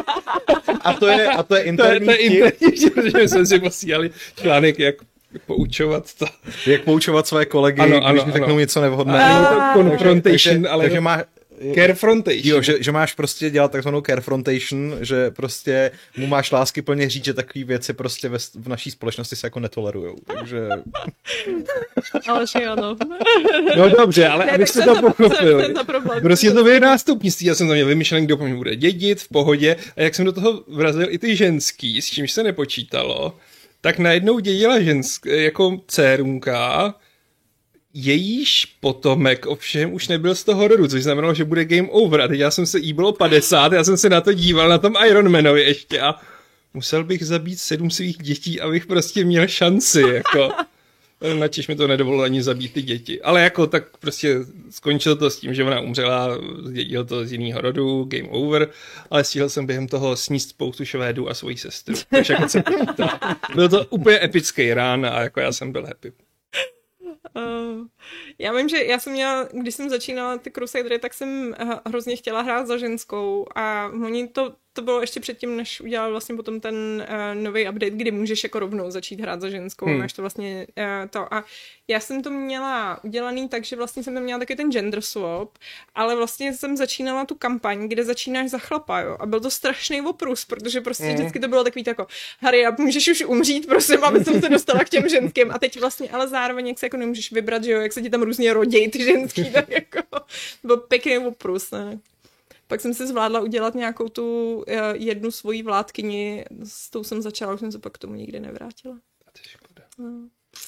A to je, a to je interní to je, to je interní, protože jsme si posílali článek, jak poučovat to. Jak poučovat své kolegy, ano, když ano, mi řeknou ano. něco nevhodného. Není to confrontation, takže, ale... Takže má, carefrontation. Jo, že, že máš prostě dělat takzvanou carefrontation, že prostě mu máš lásky plně říct, že takové věci prostě ve, v naší společnosti se jako netolerujou, takže... Ale že ano. No dobře, ale abyste to pochopili. Prostě to je nástupnictví, já jsem tam měl vymyšlený, kdo po mě bude dědit v pohodě a jak jsem do toho vrazil i ty ženský, s čímž se nepočítalo, tak najednou dědila žensk, jako dcérunka, jejíž potomek ovšem už nebyl z toho rodu, což znamenalo, že bude game over. A teď já jsem se, jí bylo padesát, já jsem se na to díval, na tom Ironmanovi ještě a musel bych zabít sedm svých dětí, abych prostě měl šanci, jako. Načež mi to nedovolilo ani zabít ty děti. Ale jako tak prostě skončilo to s tím, že ona umřela, zdědil to z jiného rodu, game over, ale stihl jsem během toho sníst spoustu švédů a svoji sestru. Takže jako se byl to úplně epický rán a jako já jsem byl happy. Uh, já vím, že já jsem měla, když jsem začínala ty Crusadery, tak jsem hrozně chtěla hrát za ženskou a oni to, to bylo ještě předtím, než udělal vlastně potom ten uh, nový update, kdy můžeš jako rovnou začít hrát za ženskou, hmm. máš to vlastně uh, to a já jsem to měla udělaný tak, že vlastně jsem tam měla taky ten gender swap, ale vlastně jsem začínala tu kampaň, kde začínáš za chlapa, jo, a byl to strašný oprus, protože prostě hmm. vždycky to bylo takový jako, Harry, můžeš už umřít, prosím, aby jsem se dostala k těm ženským a teď vlastně, ale zároveň jak se jako nemůžeš vybrat, že jo, jak se ti tam různě rodí ty ženský, tak jako byl pěkný oprus, ne? Pak jsem si zvládla udělat nějakou tu uh, jednu svoji vládkyni, s tou jsem začala, už jsem se pak k tomu nikdy nevrátila. A to je škoda. No.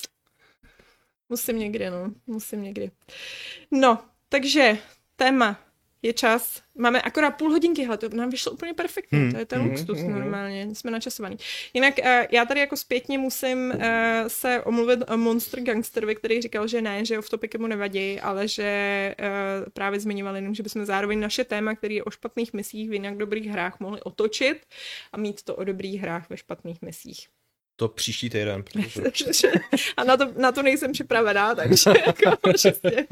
Musím někdy, no, musím někdy. No, takže téma je čas. Máme akorát půl hodinky, hele, to nám vyšlo úplně perfektně, hmm. to je ten hmm. luxus hmm. normálně, jsme načasovaný. Jinak uh, já tady jako zpětně musím uh, se omluvit o Monster Gangsterovi, který říkal, že ne, že off-topic mu nevadí, ale že uh, právě zmiňovali jenom, že bychom zároveň naše téma, který je o špatných misích v jinak dobrých hrách, mohli otočit a mít to o dobrých hrách ve špatných misích. To příští týden. Protože... a na to, na to nejsem připravená, takže jako přesně.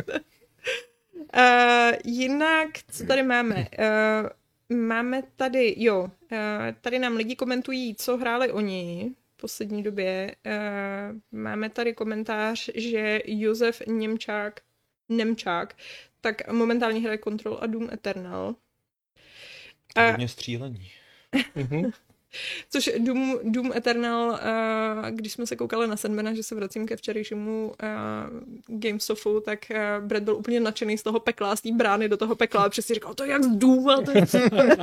Uh, jinak, co tady máme? Uh, máme tady, jo, uh, tady nám lidi komentují, co hráli oni v poslední době. Uh, máme tady komentář, že Josef Němčák, Nemčák, tak momentálně hraje Control a Doom Eternal. Uh, Hodně střílení. Což Doom, Doom Eternal, uh, když jsme se koukali na Sandmana, že se vracím ke včerejšímu uh, Gamesofu, tak uh, Brad byl úplně nadšený z toho pekla, z té brány do toho pekla a přesně říkal, to je jak z Dooma, to je super.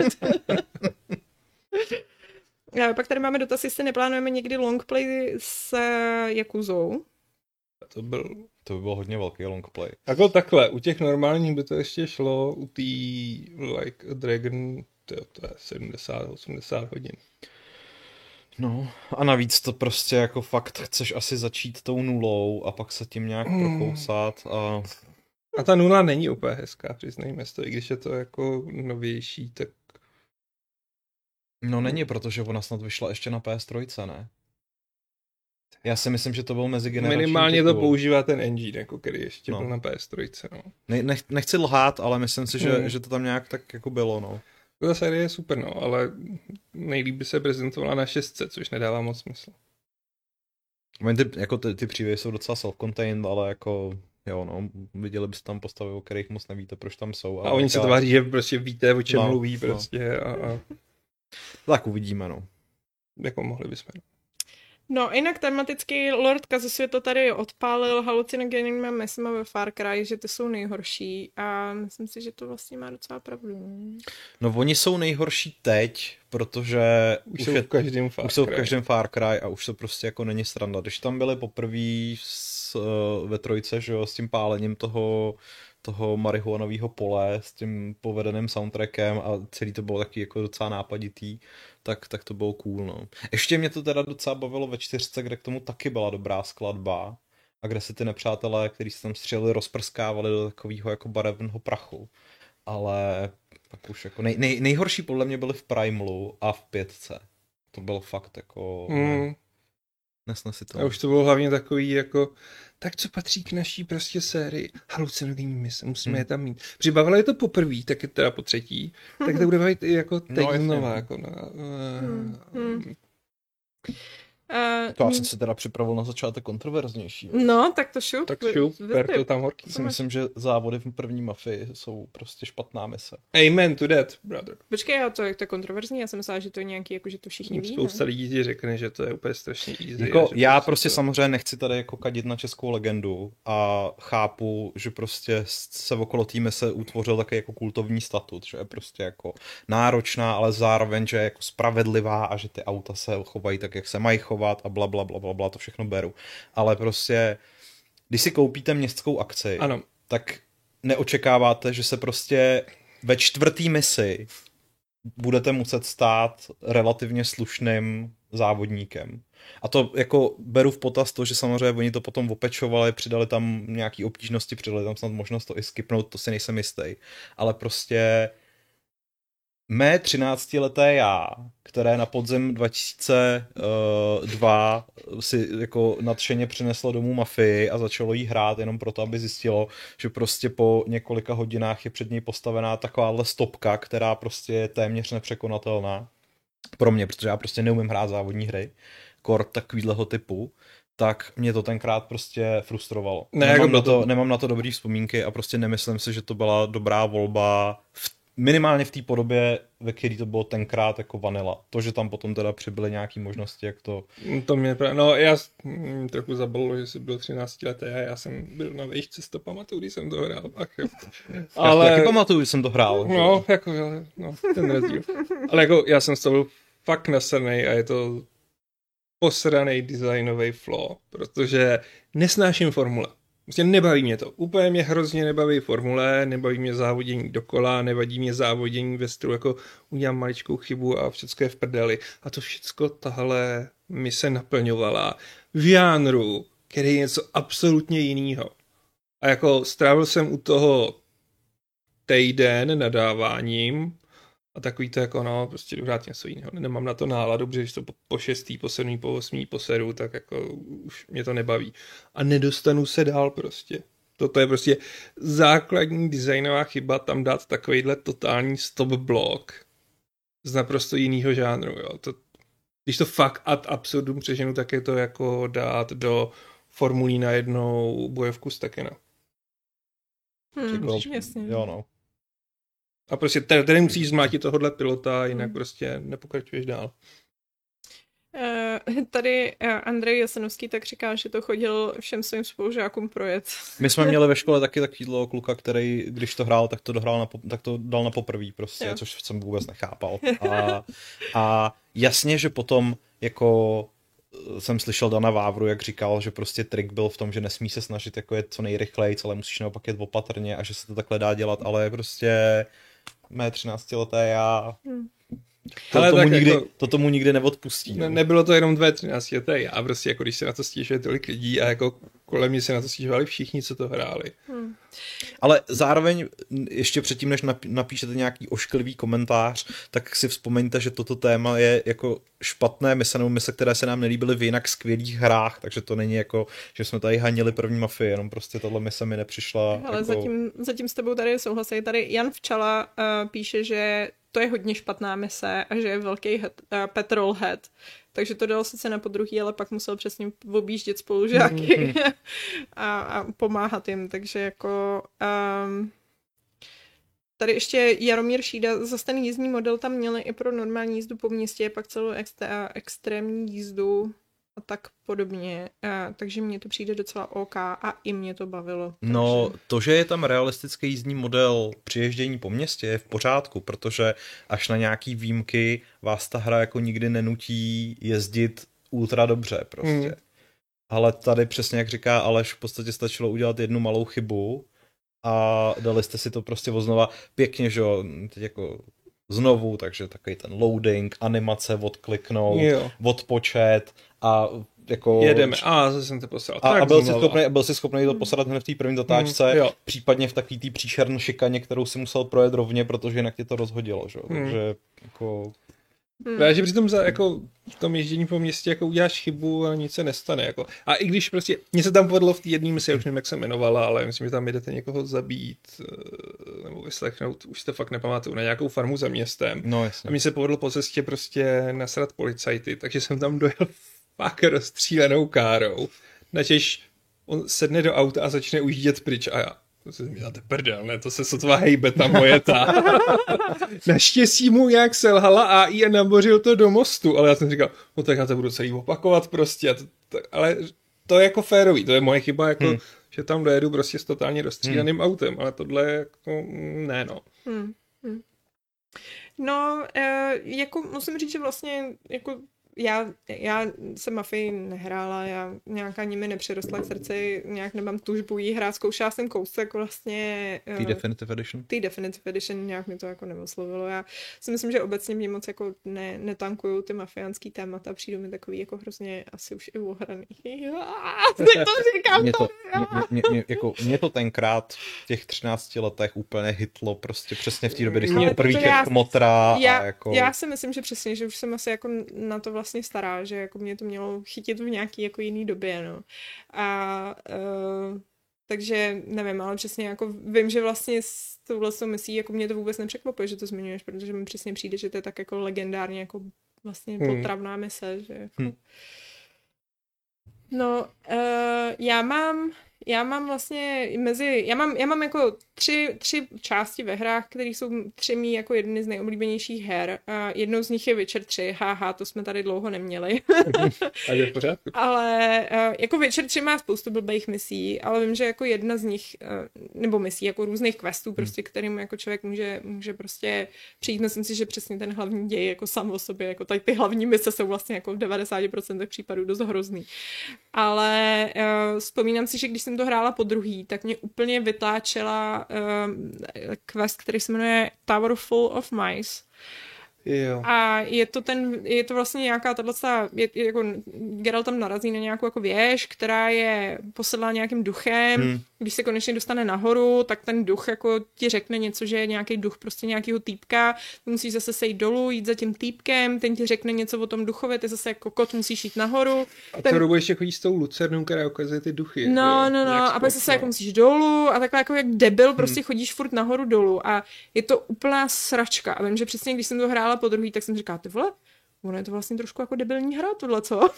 uh, pak tady máme dotaz, jestli neplánujeme někdy longplay s uh, Yakuzou. To byl... To by byl hodně velký longplay. Jako takhle, u těch normálních by to ještě šlo, u té Like a Dragon, to je, to je sedmdesát osmdesát hodin. No a navíc to prostě jako fakt chceš asi začít tou nulou a pak se tím nějak prokousat a A ta nula není úplně hezká, přiznejme si to, i když je to jako novější, tak... No není, protože ona snad vyšla ještě na P S tři, ne? Já si myslím, že to byl mezigenerační Minimálně titul. to používá ten engine, jako který ještě no. byl na P S tři, no. Ne, nech, nechci lhát, ale myslím si, že, hmm. že to tam nějak tak jako bylo, no. Ta série je super, no, ale nejlíp by se prezentovala na šestce, což nedává moc smysl. Ty, jako ty, ty příběhy jsou docela self-contained, ale jako, jo no, viděli byste tam postavy, o kterých moc nevíte, proč tam jsou. A oni jaká... se tváří, že prostě víte, o čem no, mluví no. prostě a, a... Tak uvidíme, no. Jako mohli bychom. No, jinak tematicky Lord Kazusu to tady odpálil halucinogenníma mesama ve Far Cry, že ty jsou nejhorší a myslím si, že to vlastně má docela pravdu. No, oni jsou nejhorší teď, protože už, už, jsou, je, v každém Far už jsou v každém Far Cry a už to prostě jako není sranda. Když tam byli poprvé s, ve trojce, že jo, s tím pálením toho toho marihuanového pole s tím povedeným soundtrackem a celý to bylo taky jako docela nápaditý, tak, tak to bylo cool, no. Ještě mě to teda docela bavilo ve čtyřce, kde k tomu taky byla dobrá skladba a kde se ty nepřátelé, kteří se tam střelili, rozprskávali do takového jako barevného prachu. Ale pak už jako nej, nej, nejhorší podle mě byly v Primalu a v pětce. To bylo fakt jako... Mm. Nesnesitelné. A už to bylo hlavně takový jako, tak co patří k naší prostě sérii halucinogenní mise, musíme hmm. je tam mít. Přibavilo je to poprvé, tak je teda po třetí, tak to bude bavit i jako teď no, znova. Jako na, uh, hmm. Hmm. Uh, to já jsem se teda připravil na začátek kontroverznější. No, tak to šup. Tak šup, per to tam horký. Si myslím, že závody v první mafii jsou prostě špatná mise. Amen to that, brother. Počkej, a to je to kontroverzní? Já jsem myslela, že to je nějaký, jako že to všichni ví. Spousta lidí ti řekne, že to je úplně strašně easy. Jako, já to prostě to... samozřejmě nechci tady jako kadit na českou legendu a chápu, že prostě se okolo té mise utvořil taky jako kultovní statut, že je prostě jako náročná, ale zároveň, že je jako spravedlivá a že ty auta se chovají tak, jak se mají chovat a bla, bla, bla, bla, bla, to všechno beru. Ale prostě, když si koupíte městskou akci, ano. tak neočekáváte, že se prostě ve čtvrtý misi budete muset stát relativně slušným závodníkem. A to jako beru v potaz to, že samozřejmě oni to potom opečovali, přidali tam nějaký obtížnosti, přidali tam snad možnost to i skipnout, to si nejsem jistý. Ale prostě mé třináctileté já, které na podzim dva tisíce dva si jako nadšeně přineslo domů Mafii a začalo jí hrát jenom proto, aby zjistilo, že prostě po několika hodinách je před něj postavená takováhle stopka, která prostě je téměř nepřekonatelná pro mě, protože já prostě neumím hrát závodní hry, kor takovýhleho typu, tak mě to tenkrát prostě frustrovalo. Ne, nemám, jako na to, to... nemám na to dobrý vzpomínky a prostě nemyslím si, že to byla dobrá volba v minimálně v té podobě, ve které to bylo tenkrát jako vanila. To, že tam potom teda přibyly nějaké možnosti, jak to... To mě právě, no já m, trochu zabolilo, že jsi byl třináctiletý a já jsem byl na vejšce, si to pamatuju, když jsem to hrál. Ach, jo. Ale... Já taky pamatuju, že jsem to hrál. No, že? jako, no, ten rozdíl. Ale jako já jsem z toho byl fakt nasrnej a je to posranej designový flow, protože nesnáším formule. Prostě nebaví mě to. Úplně mě hrozně nebaví formule, nebaví mě závodění dokola, nevadí mě závodění ve stylu, jako udělám maličkou chybu a všechno je v prdeli. A to všecko tahle mise naplňovala v žánru, který je něco absolutně jiného. A jako strávil jsem u toho týden nadáváním a takový to jako no, prostě dohrát něco jiného. Nemám na to náladu, protože když to po, po šestý, po sedmý, po osmý poseru, tak jako už mě to nebaví. A nedostanu se dál prostě. Toto je prostě základní designová chyba, tam dát takovýhle totální stop block z naprosto jiného žánru. Jo. To, když to fakt ad absurdum přeženu, tak je to jako dát do formulí na jednou bojovku z Tekena. Hmm, jasně. Jo no. A prostě tady, tady musíš zmlátit tohohle pilota, jinak hmm. prostě nepokračuješ dál. Uh, tady uh, Andrej Jasenovský tak říká, že to chodil všem svým spolužákům projet. My jsme měli ve škole taky takovýhle kluka, který, když to hrál, tak to, dohrál na, tak to dal na poprvý prostě, jo. Což jsem vůbec nechápal. A, a jasně, že potom jako jsem slyšel Dana Vávru, jak říkal, že prostě trik byl v tom, že nesmí se snažit jako jet co nejrychleji, ale musíš naopak jet opatrně a že se to takhle dá dělat, ale prostě mé třináctileté já... Hmm. To, ale tomu nikdy, jako, to tomu nikdy neodpustí. Ne, nebylo to jenom dvě třináctileté já, prostě jako když se na to stěžuje tolik lidí a jako kolem mě se na to stěžovali všichni, co to hráli. Hmm. Ale zároveň ještě předtím, než napíšete nějaký ošklivý komentář, tak si vzpomeňte, že toto téma je jako špatné mise nebo mise, které se nám nelíbily v jinak skvělých hrách, takže to není jako, že jsme tady hanili první Mafii, jenom prostě tahle mise mi nepřišla. Ale jako... zatím, zatím s tebou tady souhlasí. Tady Jan Včala uh, píše, že to je hodně špatná mise a že je velký head, uh, petrol head. Takže to dalo sice na podruhý, ale pak musel přesně objíždět spolužáky mm-hmm. a, a pomáhat jim, takže jako... Um, tady ještě Jaromír Šída, zase ten jízdní model tam měli i pro normální jízdu po městě, pak celou extra, extrémní jízdu a tak podobně. A, takže mně to přijde docela OK a i mě to bavilo. Takže... No, to, že je tam realistický jízdní model při ježdění po městě je v pořádku, protože až na nějaký výjimky vás ta hra jako nikdy nenutí jezdit ultra dobře prostě. Mm. Ale tady přesně jak říká Aleš, v podstatě stačilo udělat jednu malou chybu a dali jste si to prostě oznova pěkně, že jo, teď jako znovu, takže takový ten loading, animace, odkliknout, jo. odpočet a jako... Jedeme, a zase jsem to poslal. A, a byl, jsi schopný, byl jsi schopný to posrat hned v té první zatáčce, mm, případně v takový té příšerné šikaně, kterou si musel projet rovně, protože jinak tě to rozhodilo, že jo, mm. takže jako... Hmm. Já, že přitom za, jako, v tom ježdění po městě jako uděláš chybu a nic se nestane. Jako. A i když prostě, mě se tam povedlo v té jedné misi, já už nevím, jak se jmenovala, ale myslím, že tam jdete někoho zabít nebo vyslechnout, už si to fakt nepamatuju, na nějakou farmu za městem. No, jasně. A mně se povedlo po cestě prostě nasrat policajty, takže jsem tam dojel fakt rozstřílenou károu. Načež on sedne do auta a začne ujíždět pryč a já. To se mi dáte prdel, ne? To se sotva hejbe ta moje ta. Naštěstí mu nějak selhala A I a nabořil to do mostu, ale já jsem říkal, no tak já to budu celý opakovat prostě. A to, to, ale to je jako férový, to je moje chyba, jako, hmm. že tam dojedu prostě s totálně rozstříleným hmm. autem, ale tohle jako, ne no. Hmm. Hmm. No, e, jako musím říct, že vlastně jako Já, já jsem Mafii nehrála, já nějaká nimi nepřirostla k srdci, nějak nemám tužbu jí hrát, zkoušela jsem kousek vlastně... Tý Definitive Edition? Tý Definitive Edition, nějak mi to jako neoslovilo. Já si myslím, že obecně mě moc jako ne, netankují ty mafiánský témata, přijdu mi takový jako hrozně asi už i ohraný. Teď to říkám. Mě to, mě, mě, mě, jako, mě to tenkrát v těch třinácti letech úplně hitlo, prostě přesně v té době, když jsem poprvé četl Motra já, a jako... Já si myslím, že přesně, že už jsem asi jako na to vlastně stará, že jako mě to mělo chytit v nějaký jako jiný době, no. A uh, takže nevím, ale přesně jako vím, že vlastně s touhle misí jako mě to vůbec nepřekvapuje, že to zmiňuješ, protože mi přesně přijde, že to je tak jako legendárně jako vlastně hmm. potravná mise, že jako... Hmm. No, uh, já mám Já mám vlastně mezi, já mám, já mám jako tři, tři části ve hrách, které jsou tři mý jako jedny z nejoblíbenějších her. A jednou z nich je Witcher tři, haha, to jsme tady dlouho neměli. A je v pořádku. Ale jako Witcher tři má spoustu blbých misí, ale vím, že jako jedna z nich, nebo misí, jako různých questů, prostě, kterým jako člověk může, může prostě přijít. Myslím si, že přesně ten hlavní děj jako sám o sobě, jako tady ty hlavní mise jsou vlastně jako v devadesát procent případů dost hrozný. Ale uh, vzpomínám si, že když jsem to hrála po druhý, tak mě úplně vytáčela uh, quest, který se jmenuje Tower Full of Mice. Jo. A je to ten, je to vlastně nějaká tato, je, je jako Geralt tam narazí na nějakou jako věž, která je posedlá nějakým duchem. Hmm. Když se konečně dostane nahoru, tak ten duch jako ti řekne něco, že je nějaký duch prostě nějakého týpka. Ty musíš zase sejít dolů, jít za tím týpkem, ten ti řekne něco o tom duchově, ty zase jako kot musíš jít nahoru. A ten... to dobu ještě chodí s tou lucernou, která ukazuje ty duchy. No, jo, no, no, a pak zase jako musíš dolů a takhle jako jak debil prostě hmm. chodíš furt nahoru dolů a je to úplná sračka. A vím, že přesně když jsem to hrála po druhý, tak jsem říkala, ty vole, ono je to vlastně trošku jako debilní hra, tohle, co?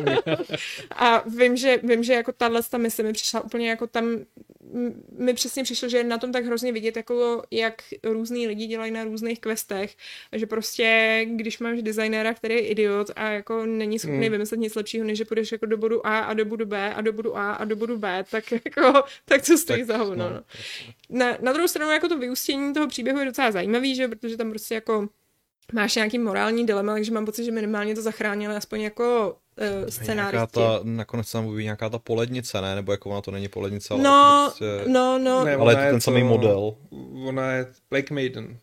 A vím, že, vím, že jako tahle ta mise mi přišla úplně jako tam, mi přesně přišlo, že je na tom tak hrozně vidět, jako jak různý lidi dělají na různých questech, a že prostě, když máš designéra, který je idiot a jako není schopný mm. vymyslet nic lepšího, než že půjdeš jako do bodu A a do bodu B a do bodu A a do bodu B, tak jako, tak to stojí tak, za hovno. No. Na, na druhou stranu jako to vyústění toho příběhu je docela zajímavý, že, protože tam prostě jako máš nějaký morální dilema, takže mám pocit, že minimálně to zachránili aspoň jako uh, scénáristi. Ta, nakonec tam mluví nějaká ta polednice, ne? Nebo jako ona to není polednice, ale no, prostě... no, no. Ne, ale je to ten to, samý model. Ona je Plague Maiden.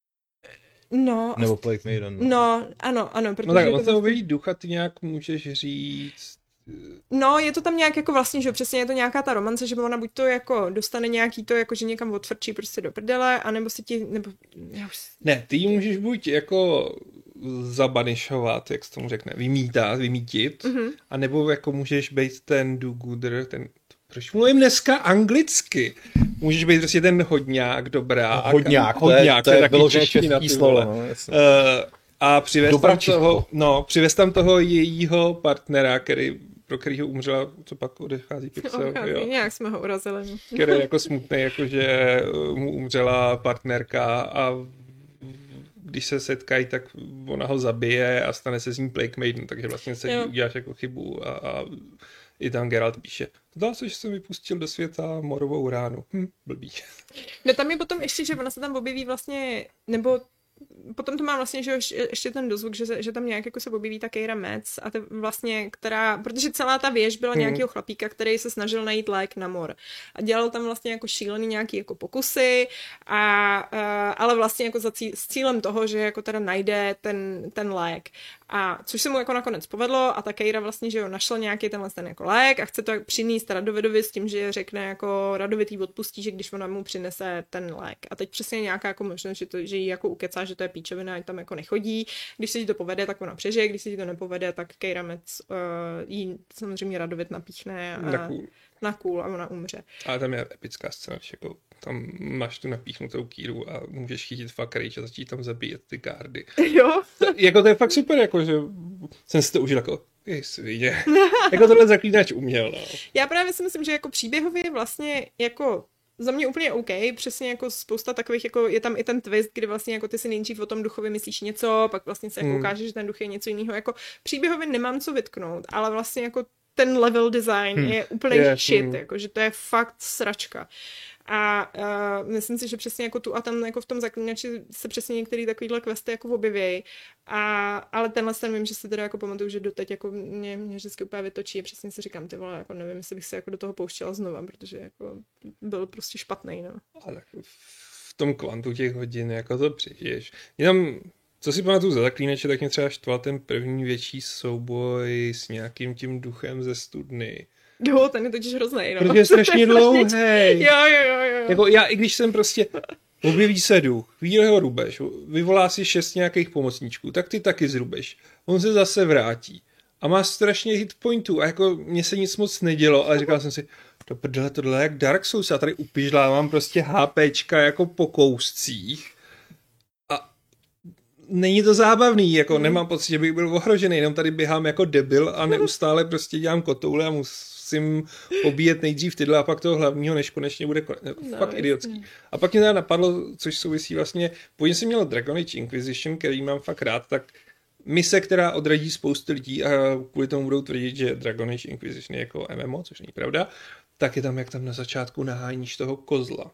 No. Nebo Plague Maiden. No, no ano, ano. No tak on se objeví ducha, ty nějak můžeš říct, No, je to tam nějak jako vlastně, že přesně je to nějaká ta romance, že ona buď to jako dostane nějaký to, jako že někam odfrčí prostě do prdele, anebo si ti, nebo... Já už... Ne, ty ji můžeš buď jako zabanišovat, jak se tomu řekne, vymítat, vymítit, mm-hmm. anebo jako můžeš být ten do-gooder, ten... Proč mluvím dneska anglicky? Můžeš být prostě ten hodňák, dobrá. Hodňák, a, hodňák, to je, to je vyloženě čeština, český slovo. No, uh, a přivez tam, toho, no, přivez tam toho jejího partnera, který, pro kterýho umřela, co pak odechází Pixel. Odchází, jo. Nějak jsme ho urazili. Který je jako smutný, jakože mu umřela partnerka a když se setkají, tak ona ho zabije a stane se z ní Plague Maiden, takže vlastně se jo. uděláš jako chybu a, a i tam Geralt píše, zdá se, že jsem vypustil do světa morovou ránu. Hm, blbý. No tam je potom ještě, že ona se tam objeví vlastně, nebo potom to má vlastně, že ještě ten dozvuk, že, se, že tam nějak jako se objeví ta Keira Metz a to vlastně, která, protože celá ta věž byla hmm. nějakého chlapíka, který se snažil najít lék na mor. A dělal tam vlastně jako šílený nějaký jako pokusy, a, a, ale vlastně jako za cí, s cílem toho, že jako teda najde ten, ten lék. A což se mu jako nakonec povedlo a ta Keira vlastně, že jo, našla nějaký tenhle ten jako lék a chce to přinést Radovidovi s tím, že řekne jako Radovitý odpustí, že když ona mu přinese ten lék. A teď přesně nějaká jako možnost, že, to, že jí jako ukecá, že to je píčovina, ať tam jako nechodí. Když se jí to povede, tak ona přežije, když se jí to nepovede, tak Keira Metz uh, jí samozřejmě Radovit napíchne a na kůl. na kůl a ona umře. Ale tam je epická scéna, že jako tam máš tu napíchnutou Kýru a můžeš chytit fakt rage a začít tam zabíjet ty gardy. Jo. To, jako to je fakt super, jako že jsem si to užil jako jej svině. Jako tohle Zaklínač uměl, no. Já právě si myslím, že jako příběhově vlastně jako za mě úplně OK, přesně jako spousta takových, jako je tam i ten twist, kdy vlastně jako ty si nejdřív o tom duchovi myslíš něco, pak vlastně se jako hmm. ukáže, že ten duch je něco jiného. Jako příběhově nemám co vytknout, ale vlastně jako ten level design hmm. je úplně yeah, shit, hmm. jako, že to je fakt sračka. A uh, myslím si, že přesně jako tu a tam jako v tom Zaklínači se přesně některé takovýhle questy jako objevějí. A, ale tenhle ten vím, že se teda jako pamatuju, že doteď jako mě, mě vždycky úplně vytočí a přesně si říkám, ty vole, jako nevím, jestli bych se jako do toho pouštěla znova, protože jako byl prostě špatný, no. Ale v tom kvantu těch hodin jako to přežiješ. Jenom, co si pamatuju za Zaklínače, tak mě třeba štval ten první větší souboj s nějakým tím duchem ze studny. Jo, ten je totiž hrozný, no. Protože je strašně dlouhý. Jo, jo, jo, jo. Jako já, i když jsem prostě objeví se duch, vidí ho rubeš, vyvolá si šest nějakých pomocníčků, tak ty taky zrubeš. On se zase vrátí a má strašně hit pointů a jako mně se nic moc nedělo, ale říkal jsem si, do prdele, tohle je jak Dark Souls, já tady upižlávám prostě HPčka jako po kouscích a není to zábavný, jako mm. nemám pocit, že bych byl ohrožený, jenom tady běhám jako debil a neustále prostě dělám kotoule a musím pobíjet nejdřív tyhle a pak toho hlavního, než konečně bude konec. No, fakt idiotský. A pak mě teda napadlo, což souvisí vlastně, původně jsem měl Dragon Age Inquisition, který mám fakt rád, tak mise, která odradí spoustu lidí a kvůli tomu budou tvrdit, že Dragon Age Inquisition je jako M M O, což není pravda, tak je tam, jak tam na začátku naháníš toho kozla.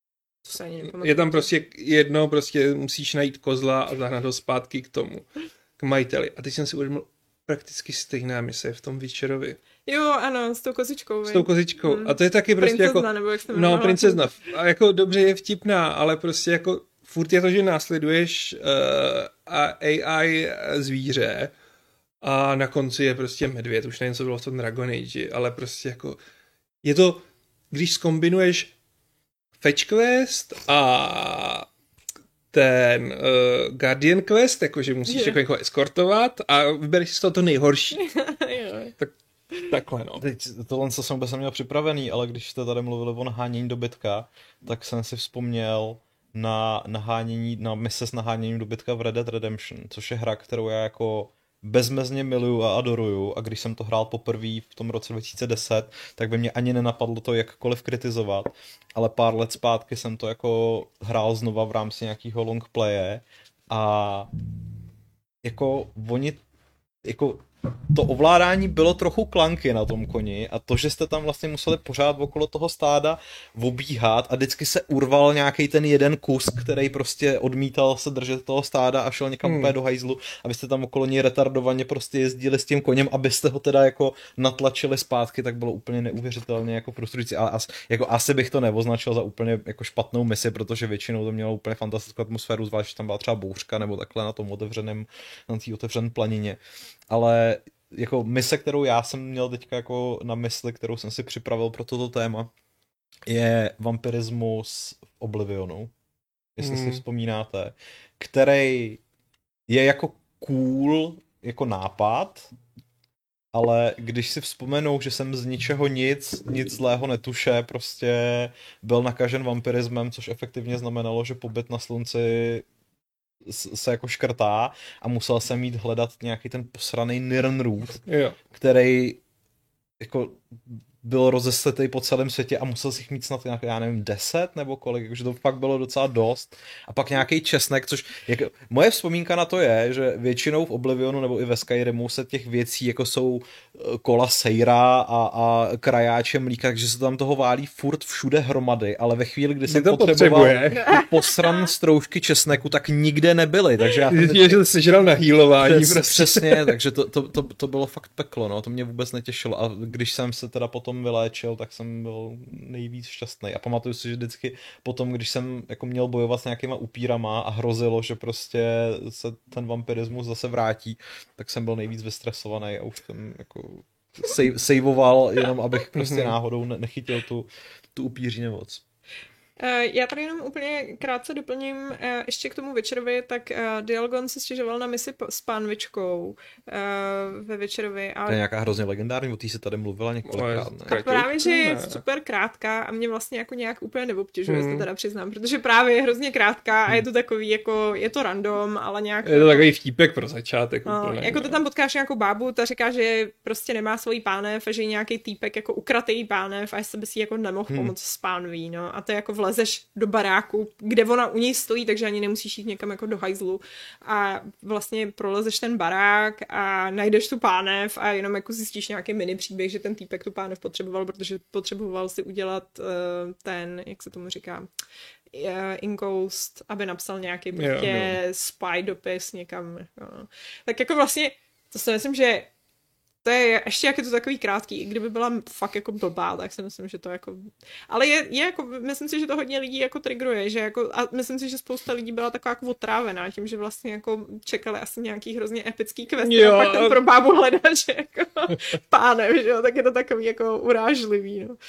Je tam prostě jedno, prostě musíš najít kozla a zahnat ho zpátky k tomu, k majiteli. A teď jsem si uvědomil, prakticky stejná mise v tom Witcherovi. Jo, ano, s tou kozičkou. S tou kozičku. Hmm. A to je taky prostě princezna, jako... Nebo jak no, princezna. A jako dobře je vtipná, ale prostě jako furt je to, že následuješ uh, A I zvíře a na konci je prostě medvěd. Už nevím, co bylo v tom Dragon Age, ale prostě jako je to, když zkombinuješ fetch quest a ten uh, Guardian quest, jakože musíš jako někoho eskortovat a vybereš si z toho to nejhorší. tak, takhle, no. Teď tohle, co jsem vůbec neměl připravený, ale když jste tady mluvili o nahánění dobytka, tak jsem si vzpomněl na nahánění, na mise s naháněním dobytka v Red Dead Redemption, což je hra, kterou já jako bezmezně miluju a adoruju a když jsem to hrál poprvé v tom roce dva tisíce deset, tak by mě ani nenapadlo to jakkoliv kritizovat, ale pár let zpátky jsem to jako hrál znova v rámci nějakého longplaye a jako oni jako to ovládání bylo trochu klanky na tom koni a to, že jste tam vlastně museli pořád okolo toho stáda obíhat a vždycky se urval nějaký ten jeden kus, který prostě odmítal se držet toho stáda a šel někam hmm. úplně do hajzlu a vy jste tam okolo něj retardovaně prostě jezdili s tím koněm, abyste ho teda jako natlačili zpátky, tak bylo úplně neuvěřitelně jako frustrující, ale as, jako asi bych to neoznačil za úplně jako špatnou misi, protože většinou to mělo úplně fantastickou atmosféru, zvlášť tam byla třeba bouřka nebo takhle na tom otevřeném, na té otevřené planině. Ale jako mise, kterou já jsem měl teďka jako na mysli, kterou jsem si připravil pro toto téma, je vampirismus v Oblivionu, jestli hmm. si vzpomínáte, který je jako cool jako nápad, ale když si vzpomenou, že jsem z ničeho nic, nic zlého netuše, prostě byl nakažen vampirismem, což efektivně znamenalo, že pobyt na slunci se jako škrtá a musel jsem jít hledat nějaký ten posraný Nirnroot, jo. který jako byl rozesetý po celém světě a musel si jich mít snad nějak, já nevím, deset nebo kolik, jakože to fakt bylo docela dost. A pak nějaký česnek, což jak, moje vzpomínka na to je, že většinou v Oblivionu nebo i ve Skyrimu se těch věcí, jako jsou kola sejra a, a krajáče mlíka, takže se tam toho válí furt všude hromady, ale ve chvíli, kdy jsem to potřeboval posran stroužky česneku, tak nikde nebyly, takže já... Teď... že jsi žral na healování. Přes, prostě. Přesně, takže to, to, to, to bylo fakt peklo, no, to mě vůbec netěšilo a když jsem se teda potom vyléčil, tak jsem byl nejvíc šťastný. A pamatuju si, že vždycky potom, když jsem jako měl bojovat s nějakýma upírama a hrozilo, že prostě se ten vampirismus zase vrátí, tak jsem byl nejvíc vystresovaný a už jsem jako save, saveoval, jenom abych prostě náhodou nechytil tu, tu upíří nemoc. Já tady jenom úplně krátce doplním ještě k tomu Witcherovi, tak Dialgon si stěžoval na misi s pánvičkou ve Witcherovi. A... To je nějaká hrozně legendární, o té se tady mluvila několikrát. A právě, že je super krátká a mě vlastně jako nějak úplně neobtěžuje, hmm. to teda přiznám, protože právě je hrozně krátká a je to takový jako, je to random, ale nějak... Je to takový vtípek pro začátek. No, úplně, jako ty tam potkáš nějakou bábu, ta říká, že prostě nemá svojí pánev a že je nějaký týpek jako ukratý pánev a jestli by si jako nemohl hmm. pomoct s pánví, no. A to je jako vlezeš do baráku, kde ona u něj stojí, takže ani nemusíš jít někam jako do hajzlu a vlastně prolezeš ten barák a najdeš tu pánev a jenom jako zjistíš nějaký mini příběh, že ten týpek tu pánev potřeboval, protože potřeboval si udělat uh, ten, jak se tomu říká, uh, Inkoust, aby napsal nějaký prostě yeah, no. spy dopis někam. No. Tak jako vlastně, to si myslím, že to je ještě jak je to takový krátký, i kdyby byla fakt jako blbá, tak si myslím, že to jako... Ale je, je jako, myslím si, že to hodně lidí jako triggeruje, že jako, a myslím si, že spousta lidí byla taková jako otrávená tím, že vlastně jako čekali asi nějaký hrozně epický quest a pak tam pro bábu hledat, že jako pánem, že jo, tak je to takový jako urážlivý, no.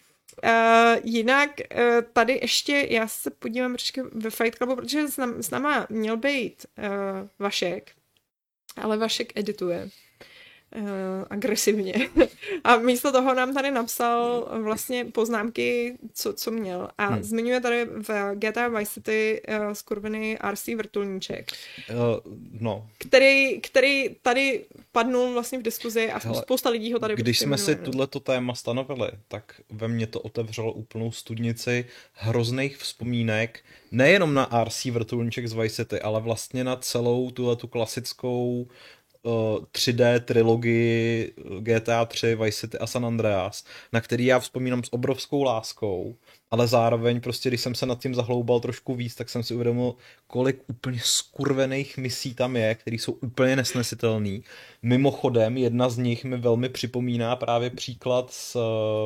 Uh, jinak uh, tady ještě, já se podívám trošku ve Fight Clubu, protože s, nám, s náma měl být uh, Vašek, ale Vašek edituje. Uh, agresivně. A místo toho nám tady napsal vlastně poznámky, co, co měl. A hmm. zmiňuje tady v G T A Vice City uh, skurvený R C vrtulníček. Uh, no. Který, který tady padnul vlastně v diskuzi a hele, spousta lidí ho tady... Když jsme si tuto téma stanovili, tak ve mně to otevřelo úplnou studnici hrozných vzpomínek, nejenom na R C vrtulníček z Vice City, ale vlastně na celou tuhletu klasickou tři dé trilogii G T A tři, Vice City a San Andreas, na který já vzpomínám s obrovskou láskou, ale zároveň prostě, když jsem se nad tím zahloubal trošku víc, tak jsem si uvědomil, kolik úplně skurvených misí tam je, které jsou úplně nesnesitelný. Mimochodem, jedna z nich mi velmi připomíná právě příklad s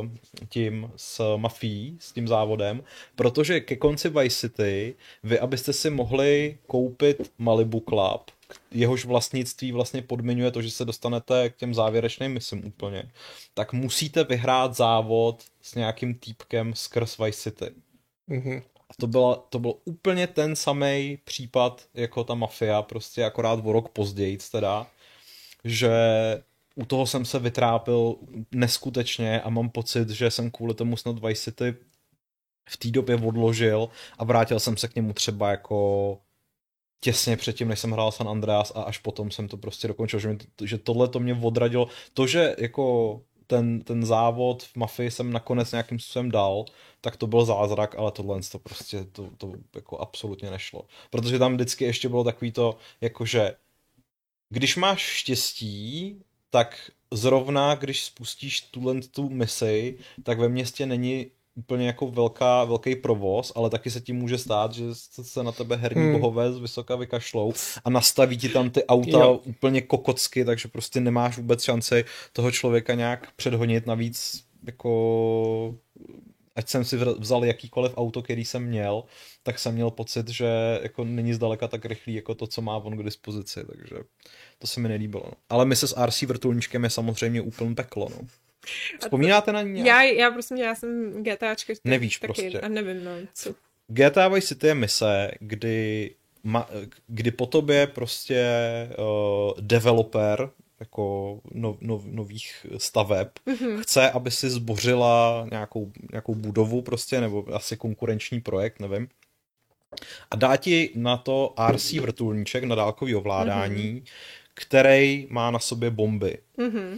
tím, s mafií, s tím závodem, protože ke konci Vice City vy, abyste si mohli koupit Malibu Club, jehož vlastnictví vlastně podmiňuje to, že se dostanete k těm závěrečným misím úplně, tak musíte vyhrát závod s nějakým týpkem skrz Vice City. Mm-hmm. A to, byla, to byl úplně ten samý případ jako ta mafia, prostě akorát o rok později teda, že u toho jsem se vytrápil neskutečně a mám pocit, že jsem kvůli tomu snad Vice City v té době odložil a vrátil jsem se k němu třeba jako těsně předtím, než jsem hrál San Andreas a až potom jsem to prostě dokončil, že, mi, že tohle to mě odradilo. To, že jako ten, ten závod v mafii jsem nakonec nějakým způsobem dal, tak to byl zázrak, ale tohle to prostě to, to jako absolutně nešlo. Protože tam vždycky ještě bylo takový to, jakože když máš štěstí, tak zrovna když spustíš tuhle tu misi, tak ve městě není úplně jako velká, velký provoz, ale taky se ti může stát, že se na tebe herní hmm. bohové z vysoka vykašlou a nastaví ti tam ty auta jo. úplně kokocky, takže prostě nemáš vůbec šanci toho člověka nějak předhonit, navíc jako ať jsem si vzal jakýkoliv auto, který jsem měl, tak jsem měl pocit, že jako není zdaleka tak rychlý jako to, co má on k dispozici, takže to se mi nelíbilo. No. Ale mise s R C vrtulníčkem je samozřejmě úplný peklo. No. Vzpomínáte na ní? Já, já prosím, já jsem GTAčka Nevíš taky prostě. A nevím, no, co. G T A Vice City je mise, kdy, ma, kdy po tobě prostě uh, developer jako no, no, nových staveb mm-hmm. chce, aby si zbořila nějakou, nějakou budovu prostě, nebo asi konkurenční projekt, nevím. A dá ti na to R C vrtulníček na dálkový ovládání, mm-hmm. který má na sobě bomby. Mm-hmm.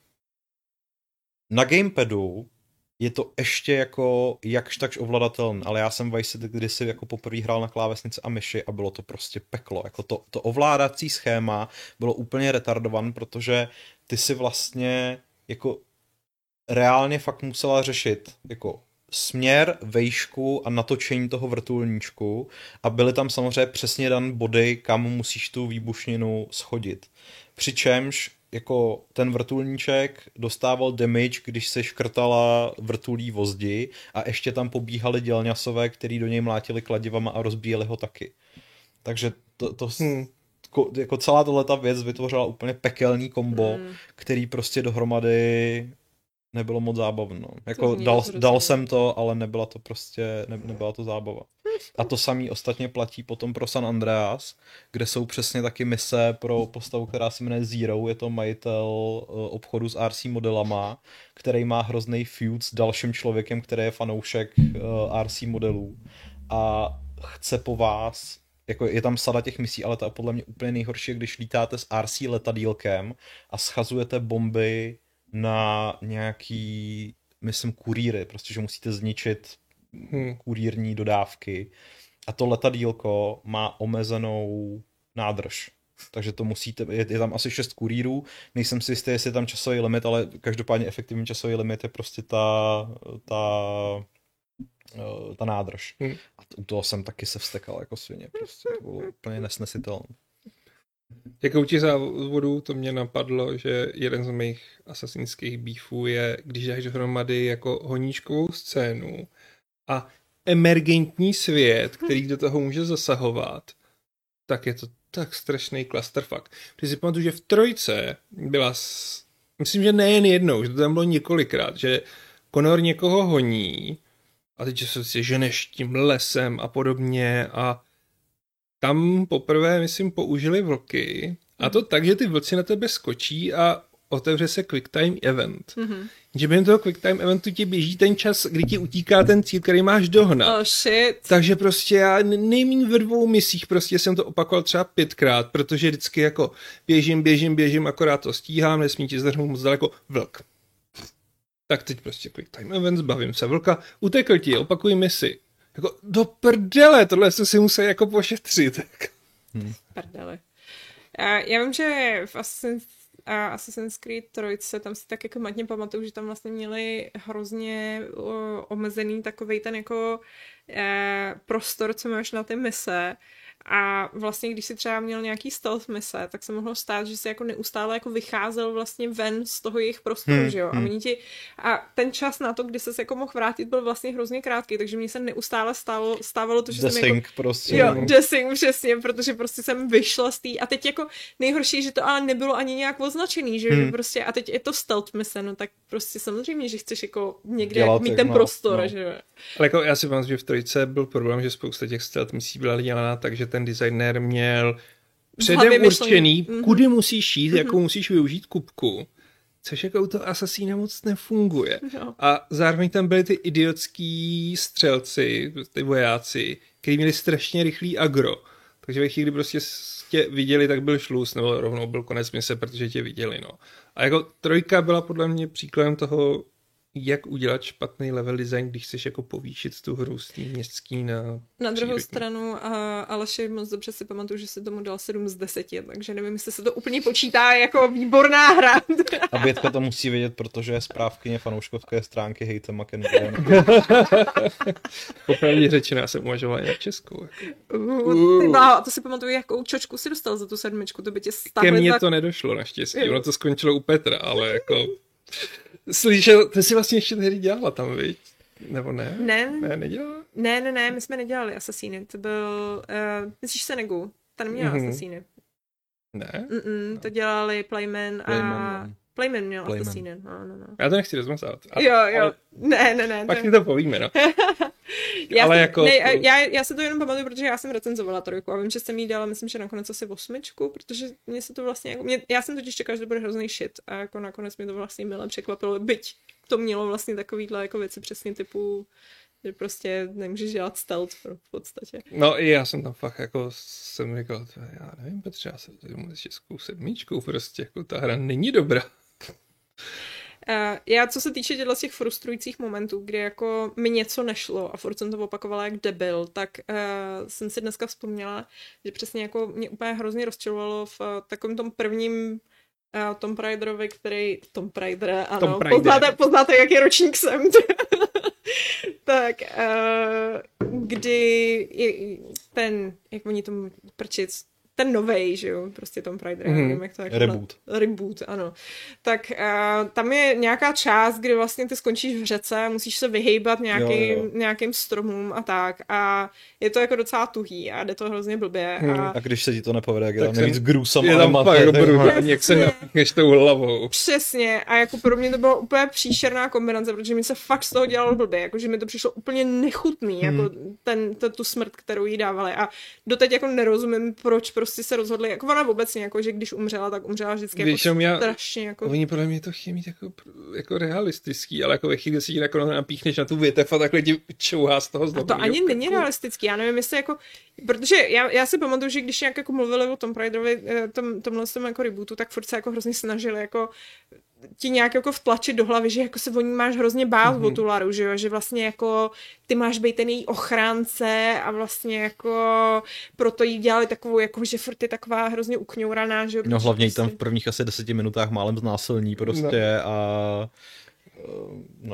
Na gamepadu je to ještě jako jakž takž ovladatelné, ale já jsem Vice City kdysi jako poprvé hrál na klávesnici a myši a bylo to prostě peklo. Jako to, to ovládací schéma bylo úplně retardovan, protože ty si vlastně jako reálně fakt musela řešit jako směr, vejšku a natočení toho vrtulníčku a byly tam samozřejmě přesně dan body, kam musíš tu výbušninu schodit. Přičemž jako ten vrtulníček dostával damage, když se škrtala vrtulí vozdi a ještě tam pobíhali dělňasové, který do něj mlátili kladivama a rozbíjeli ho taky. Takže to, to hmm. jako celá tohleta věc vytvořila úplně pekelný kombo, hmm. který prostě dohromady nebylo moc zábavno. Jako dal, dal jsem to, ale nebyla to prostě, ne, nebyla to zábava. A to samý ostatně platí potom pro San Andreas, kde jsou přesně taky mise pro postavu, která se jmenuje Zero, je to majitel obchodu s R C modelama, který má hrozný feud s dalším člověkem, který je fanoušek R C modelů a chce po vás, jako je tam sada těch misí, ale to je podle mě úplně nejhorší, když lítáte s R C letadýlkem a schazujete bomby na nějaký, myslím, kurýry, prostě, že musíte zničit hmm. kurýrní dodávky a to letadýlko má omezenou nádrž. Takže to musíte, je, je tam asi šest kurýrů, nejsem si jistý, jestli je tam časový limit, ale každopádně efektivní časový limit je prostě ta, ta, ta nádrž. Hmm. A u toho jsem taky se vstekal jako svině, prostě to bylo úplně nesnesitelné. Jako u těch závodů to mě napadlo, že jeden z mých asasinských beefů je, když dáš dohromady jako honíčkovou scénu a emergentní svět, který do toho může zasahovat, tak je to tak strašný clusterfuck. Když si pamatuju, že v trojce byla, s... myslím, že nejen jednou, že to tam bylo několikrát, že Connor někoho honí a teď se si ženeš tím lesem a podobně a tam poprvé, myslím, použili vlky a to tak, že ty vlci na tebe skočí a otevře se quick time event. Mm-hmm. Že během toho quick time eventu ti běží ten čas, kdy ti utíká ten cíl, který máš dohnat. Oh shit. Takže prostě já nejméně ve dvou misích prostě jsem to opakoval třeba pětkrát, protože vždycky jako běžím, běžím, běžím, akorát to stíhám, nesmí ti zdrhnout moc daleko, vlk. Tak teď prostě quick time event, zbavím se vlka, utekl ti, opakuj misi. Jako do prdele, tohle se si musel jako pošetřit. Hmm. Prdele. Já vím, že v Assassin's, Assassin's Creed trojce tam si tak jako matně pamatuju, že tam vlastně měli hrozně uh, omezený takovej ten jako uh, prostor, co máš na ty mise. A vlastně, když si třeba měl nějaký stealth mise, tak se mohlo stát, že si jako neustále jako vycházel vlastně ven z toho jejich prostoru, hmm, že jo? Hmm. A, ti, a ten čas na to, kdy se jako mohl vrátit, byl vlastně hrozně krátký, takže mě se neustále stalo, stávalo to, že Desing jsem jako... prostě. Jo, desing přesně, protože prostě jsem vyšla z té... A teď jako nejhorší, že to ale nebylo ani nějak označený, že hmm. prostě... A teď je to stealth mise, no tak prostě samozřejmě, že chceš jako někde dělat, mít ten no, prostor, no. Že jo? Ale jako já si pamatuju, že v trojce byl problém, že spousta těch stealth misí byla dělaná tak, že ten designér měl předem určený, mm-hmm. kudy musíš jít, mm-hmm. jakou musíš využít kupku, což jako u toho Assassina moc nefunguje. No. A zároveň tam byly ty idiotský střelci, ty vojáci, kteří měli strašně rychlý agro. Takže ve chvíli, kdy prostě tě viděli, tak byl šluz, nebo rovnou byl konec mise, protože tě viděli. No. A jako trojka byla podle mě příkladem toho, jak udělat špatný level design, když chceš jako povýšit tu hru z té městský na Na druhou stranu, a Aleši moc dobře si pamatuju, že si tomu dal sedm z deseti, takže nevím, jestli se to úplně počítá jako výborná hra. A Bětka to musí vědět, protože je správkyně fanouškovské stránky Hejte McEnroe. Popravdě řečeno, já jsem uvažoval na Českou. Uh, ty bláho, to si pamatuju, jakou čočku si dostal za tu sedmičku, to by tě stáhli. Ke mně to nedošlo naštěstí, ono to skončilo u Petra, ale jako... Slyšel, ty jsi vlastně ještě tehdy dělala tam, viď? Nebo ne? Ne. Ne, nedělala? Ne, ne, ne, my jsme nedělali Assassiny, to byl, uh, myslíš Senegu, ta neměla mm-hmm. Assassiny. Ne? Mm-mm, to dělali Playman a... Playman, Playman měl Playman. Assassiny, no, no, no. Já to nechci rozmazat. Jo, jo, ale... ne, ne, ne. Pak to... mi to povíme, no. já, ale jsem, jako... ne, já, já se to jenom pamatuju, protože já jsem recenzovala trojku a vím, že jsem jí dala, myslím, že nakonec asi osmičku, protože mě se to vlastně, jako, mě, já jsem totiž čekala, že to bude hrozný shit a jako nakonec mi to vlastně milé překvapilo, byť to mělo vlastně takovýhle jako věci přesně typu, že prostě nemůžeš dělat stealth v podstatě. No i já jsem tam fakt jako jsem říkal, já nevím, Petře, já jsem tady s českou sedmičkou, prostě jako ta hra není dobrá. Uh, já, co se týče těchto těch frustrujících momentů, kdy jako mi něco nešlo a furt jsem to opakovala jak debil, tak uh, jsem si dneska vzpomněla, že přesně jako mě úplně hrozně rozčilovalo v uh, takovém tom prvním uh, Tomb Raiderovi, který... Tomb Raider, ano. Tomb Raider. Poznáte, poznáte, jaký ročník jsem. tak, uh, kdy je ten, jak oni tomu prčic, ten novej, že jo, prostě Tomb Raider, mm-hmm. nevím, jak to jako Reboot. Reboot, ano. Tak uh, tam je nějaká část, kdy vlastně ty skončíš v řece, musíš se vyhejbat nějaký, jo, jo. nějakým stromům a tak a je to jako docela tuhý a jde to hrozně blbě. Hmm. A... a když se ti to nepovede, jak je tam jsem, nejvíc grůsam je tam fakt dobrý, jak se napíchneš tou hlavou. Přesně a jako pro mě to bylo úplně příšerná kombinace, protože mi se fakt z toho dělalo blbě, jakože mi to přišlo úplně nechutný, hmm. jako ten, ten, tu smrt, kterou jí dávali a doteď jako nerozumím, proč prostě se rozhodli, jako ona obecně, jako, že když umřela, tak umřela vždycky Víš, jako já, strašně. Jako... Oni podle mě to chtějí mít jako, jako realistický, ale jako ve chvíli, kdy si ti jako napíchneš na tu větev a takhle ti čouhá z toho zlobí. A to ani není realistický, já nevím, jestli jako, protože já, já si pamatuju, že když nějak jako mluvili o Tomb Raiderovi, tom, tomhle tom jako rebootu, tak furt se jako hrozně snažili jako ti nějak jako vtlačit do hlavy, že jako se o ní máš hrozně bát mm-hmm. o tu Laru, že jo, že vlastně jako ty máš být ten její ochránce a vlastně jako proto jí dělali takovou, jako že furt je taková hrozně ukňouraná, že jo. No hlavně prostě... tam v prvních asi deseti minutách málem znásilní prostě no. a no.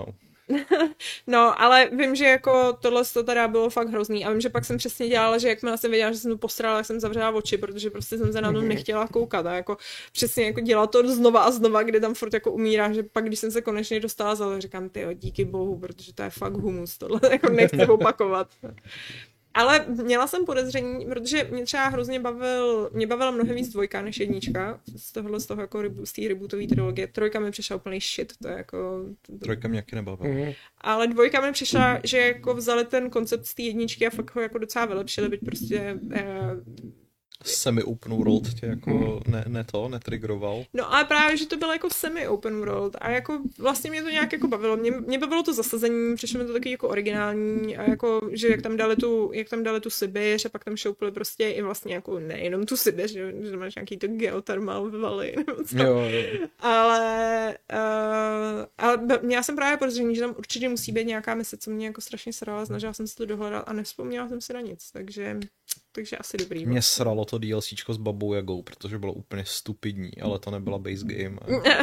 No, ale vím, že jako tohle to teda bylo fakt hrozný a vím, že pak jsem přesně dělala, že jakmile jsem věděla, že jsem to postrala, tak jsem zavřela oči, protože prostě jsem se na to nechtěla koukat a jako přesně jako dělala to znova a znova, kdy tam furt jako umírá, že pak když jsem se konečně dostala za, říkám, tyjo, díky bohu, protože to je fakt humus, tohle jako nechci opakovat. Ale měla jsem podezření, protože mě třeba hrozně bavil, mě bavila mnohem víc dvojka než jednička, z tohohle z toho jako z té rebootové trilogie. Trojka mi přišla úplný shit, to je jako... Trojka mě jaký nebavila. Mm. Ale dvojka mi přišla, že jako vzali ten koncept z té jedničky a fakt ho jako docela vylepšili, byť prostě... Eh, semi-open world tě jako ne, ne to, netriggeroval. No ale právě, že to bylo jako semi-open world a jako vlastně mě to nějak jako bavilo. Mě, mě bavilo to zasazení, přišlo mi to taky jako originální a jako, že jak tam dali tu, jak tam dali tu Sibiř a pak tam šoupili prostě i vlastně jako nejenom tu Sibiř, že, že máš nějaký to geothermal valley nebo co. Jo, jo. Ale, uh, ale měla jsem právě podezření, že tam určitě musí být nějaká mise, co mě jako strašně srala, snažila jsem se to dohledat a nevzpomněla jsem si na nic, takže... Takže asi dobrý. Mě sralo to DLCčko s Babou Jagou, protože bylo úplně stupidní, ale to nebyla base game.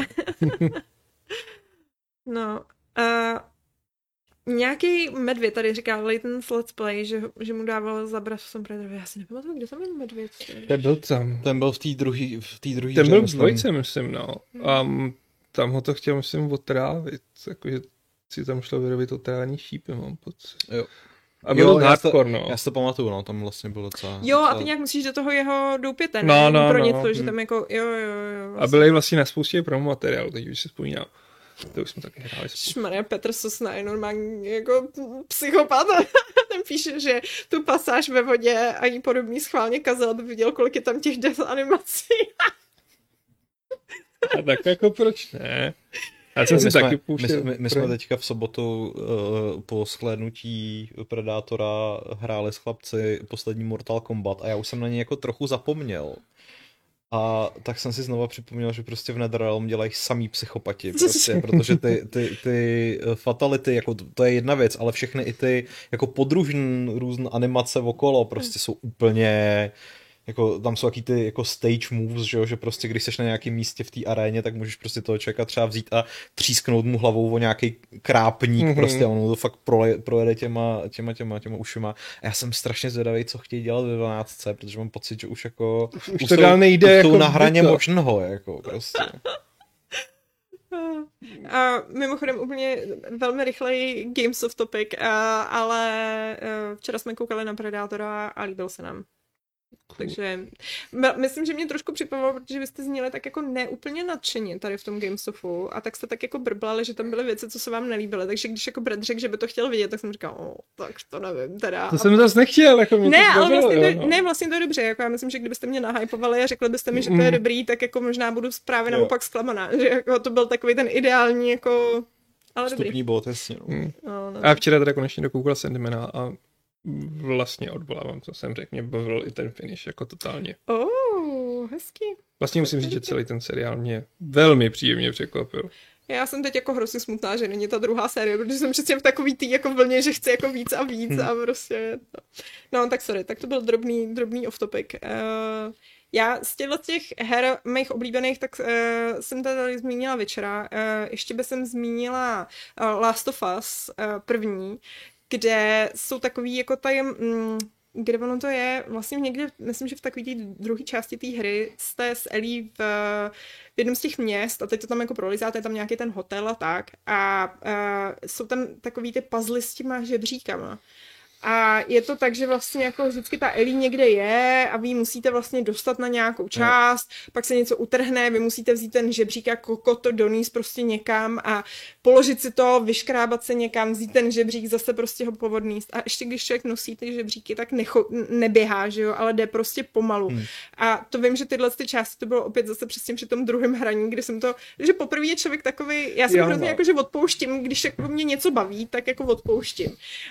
no. Uh, nějaký medvěd tady říkal Layton's Let's Play, že, že mu dával zabrat v Tomb Raiderovi. Já si nepamatuju, kde tam byl medvěd. Ten byl tam. Ten byl v té druhé v té druhé Ten byl v dvojce, myslím, no. A um, tam ho to chtěl, myslím, otrávit. Jakože si tam šlo vyrobit otrávení šípy, mám pocit. Jo. A byl hardcore, no. Já si to pamatuju, no, tam vlastně bylo docela... Jo, a ty nějak musíš do toho jeho doupěte, ne? No, no, pro no. něco, že tam jako, jo, jo, jo. Vlastně. A byly vlastně na spoustě promo materiálu, teď už si vzpomínám. To už jsme taky hráli. Šmarja, Petr Sosna je normální jako psychopat. Ten píše, že tu pasáž ve vodě ani podobný schválně kazil, aby viděl, kolik je tam těch death animací. A tak jako proč ne? Já jsem my si jsme, taky pouštěl. My, my, my jsme teďka v sobotu uh, po shlédnutí Predátora hráli s chlapci poslední Mortal Kombat a já už jsem na něj jako trochu zapomněl. A tak jsem si znova připomněl, že prostě v NetherRealm dělají samý psychopati, prostě, protože ty, ty, ty fatality, jako to, to je jedna věc, ale všechny i ty jako podružné různé animace okolo prostě jsou úplně... Jako, tam jsou jaký ty jako stage moves, že, jo? Že prostě když seš na nějakém místě v té aréně, tak můžeš prostě toho člověka třeba vzít a třísknout mu hlavou o nějaký krápník, mm-hmm. prostě a ono to fakt proje, projede těma, těma, těma, těma ušima. A já jsem strašně zvědavý, co chtějí dělat ve dvanáctce, protože mám pocit, že už jako už, už to dál nejde už jako na hraně možného, jako prostě. A mimochodem úplně velmi rychlej Games of Topic, a, ale a, včera jsme koukali na Predátora a líbil se nám. Takže myslím, že mě trošku připomnělo, protože vy jste zněli tak jako neúplně nadšeně tady v tom Gamesofu a tak jste tak jako brblali, že tam byly věci, co se vám nelíbily. Takže když jako Brad řekl, že by to chtěl vidět, tak jsem říkal, oh, tak to nevím teda. To jsem zase nechtěl. Jako mě ne, to ale zbavilo, vlastně jo, to, no. ne, vlastně to je dobře. Jako já myslím, že kdybyste mě nahypovali a řekli byste mi, že to je dobrý, tak jako možná budu právě naopak zklamaná. Že jako to byl takový ten ideální jako... Ale vstupní dobrý. bod, jasně. No. Hmm. No, no. A včera teda konečně dokoukal Sandmana a vlastně odvolávám, co jsem řekl, mě bavil i ten finish jako totálně. Oh, hezký. Vlastně musím říct, že celý ten seriál mě velmi příjemně překvapil. Já jsem teď jako hrozně smutná, že není ta druhá série, protože jsem přesně v takový tý jako vlně, že chci jako víc a víc hmm. a prostě... No. no tak sorry, tak to byl drobný, drobný off-topic. Uh, já z těchto těch her mých oblíbených, tak uh, jsem tady zmínila večera. Uh, ještě bych jsem zmínila uh, Last of Us, uh, první, kde jsou takový jako tady... Mm, kde ono to je, vlastně někde, myslím, že v takové té druhé části té hry jste s Ellie v, v jednom z těch měst a teď to tam jako prolizáte, je tam nějaký ten hotel a tak a, a jsou tam takový ty puzzle s těma žebříkama. A je to tak, že vlastně jako vždycky ta Ellie někde je a vy musíte vlastně dostat na nějakou část, no. Pak se něco utrhne, vy musíte vzít ten žebřík a kokot to donést prostě někam a položit si to, vyškrábat se někam, vzít ten žebřík, zase prostě ho povodníst. A ještě když člověk nosí ty žebříky, tak necho- neběhá, že jo, ale jde prostě pomalu. Hmm. A to vím, že tyhle ty části to bylo opět zase přesně při tom druhém hraní, kdy jsem to, že poprvé je člověk takový, já jsem hrozně jako, že odpouštím, když jako mě něco baví, tak jako odpouštím.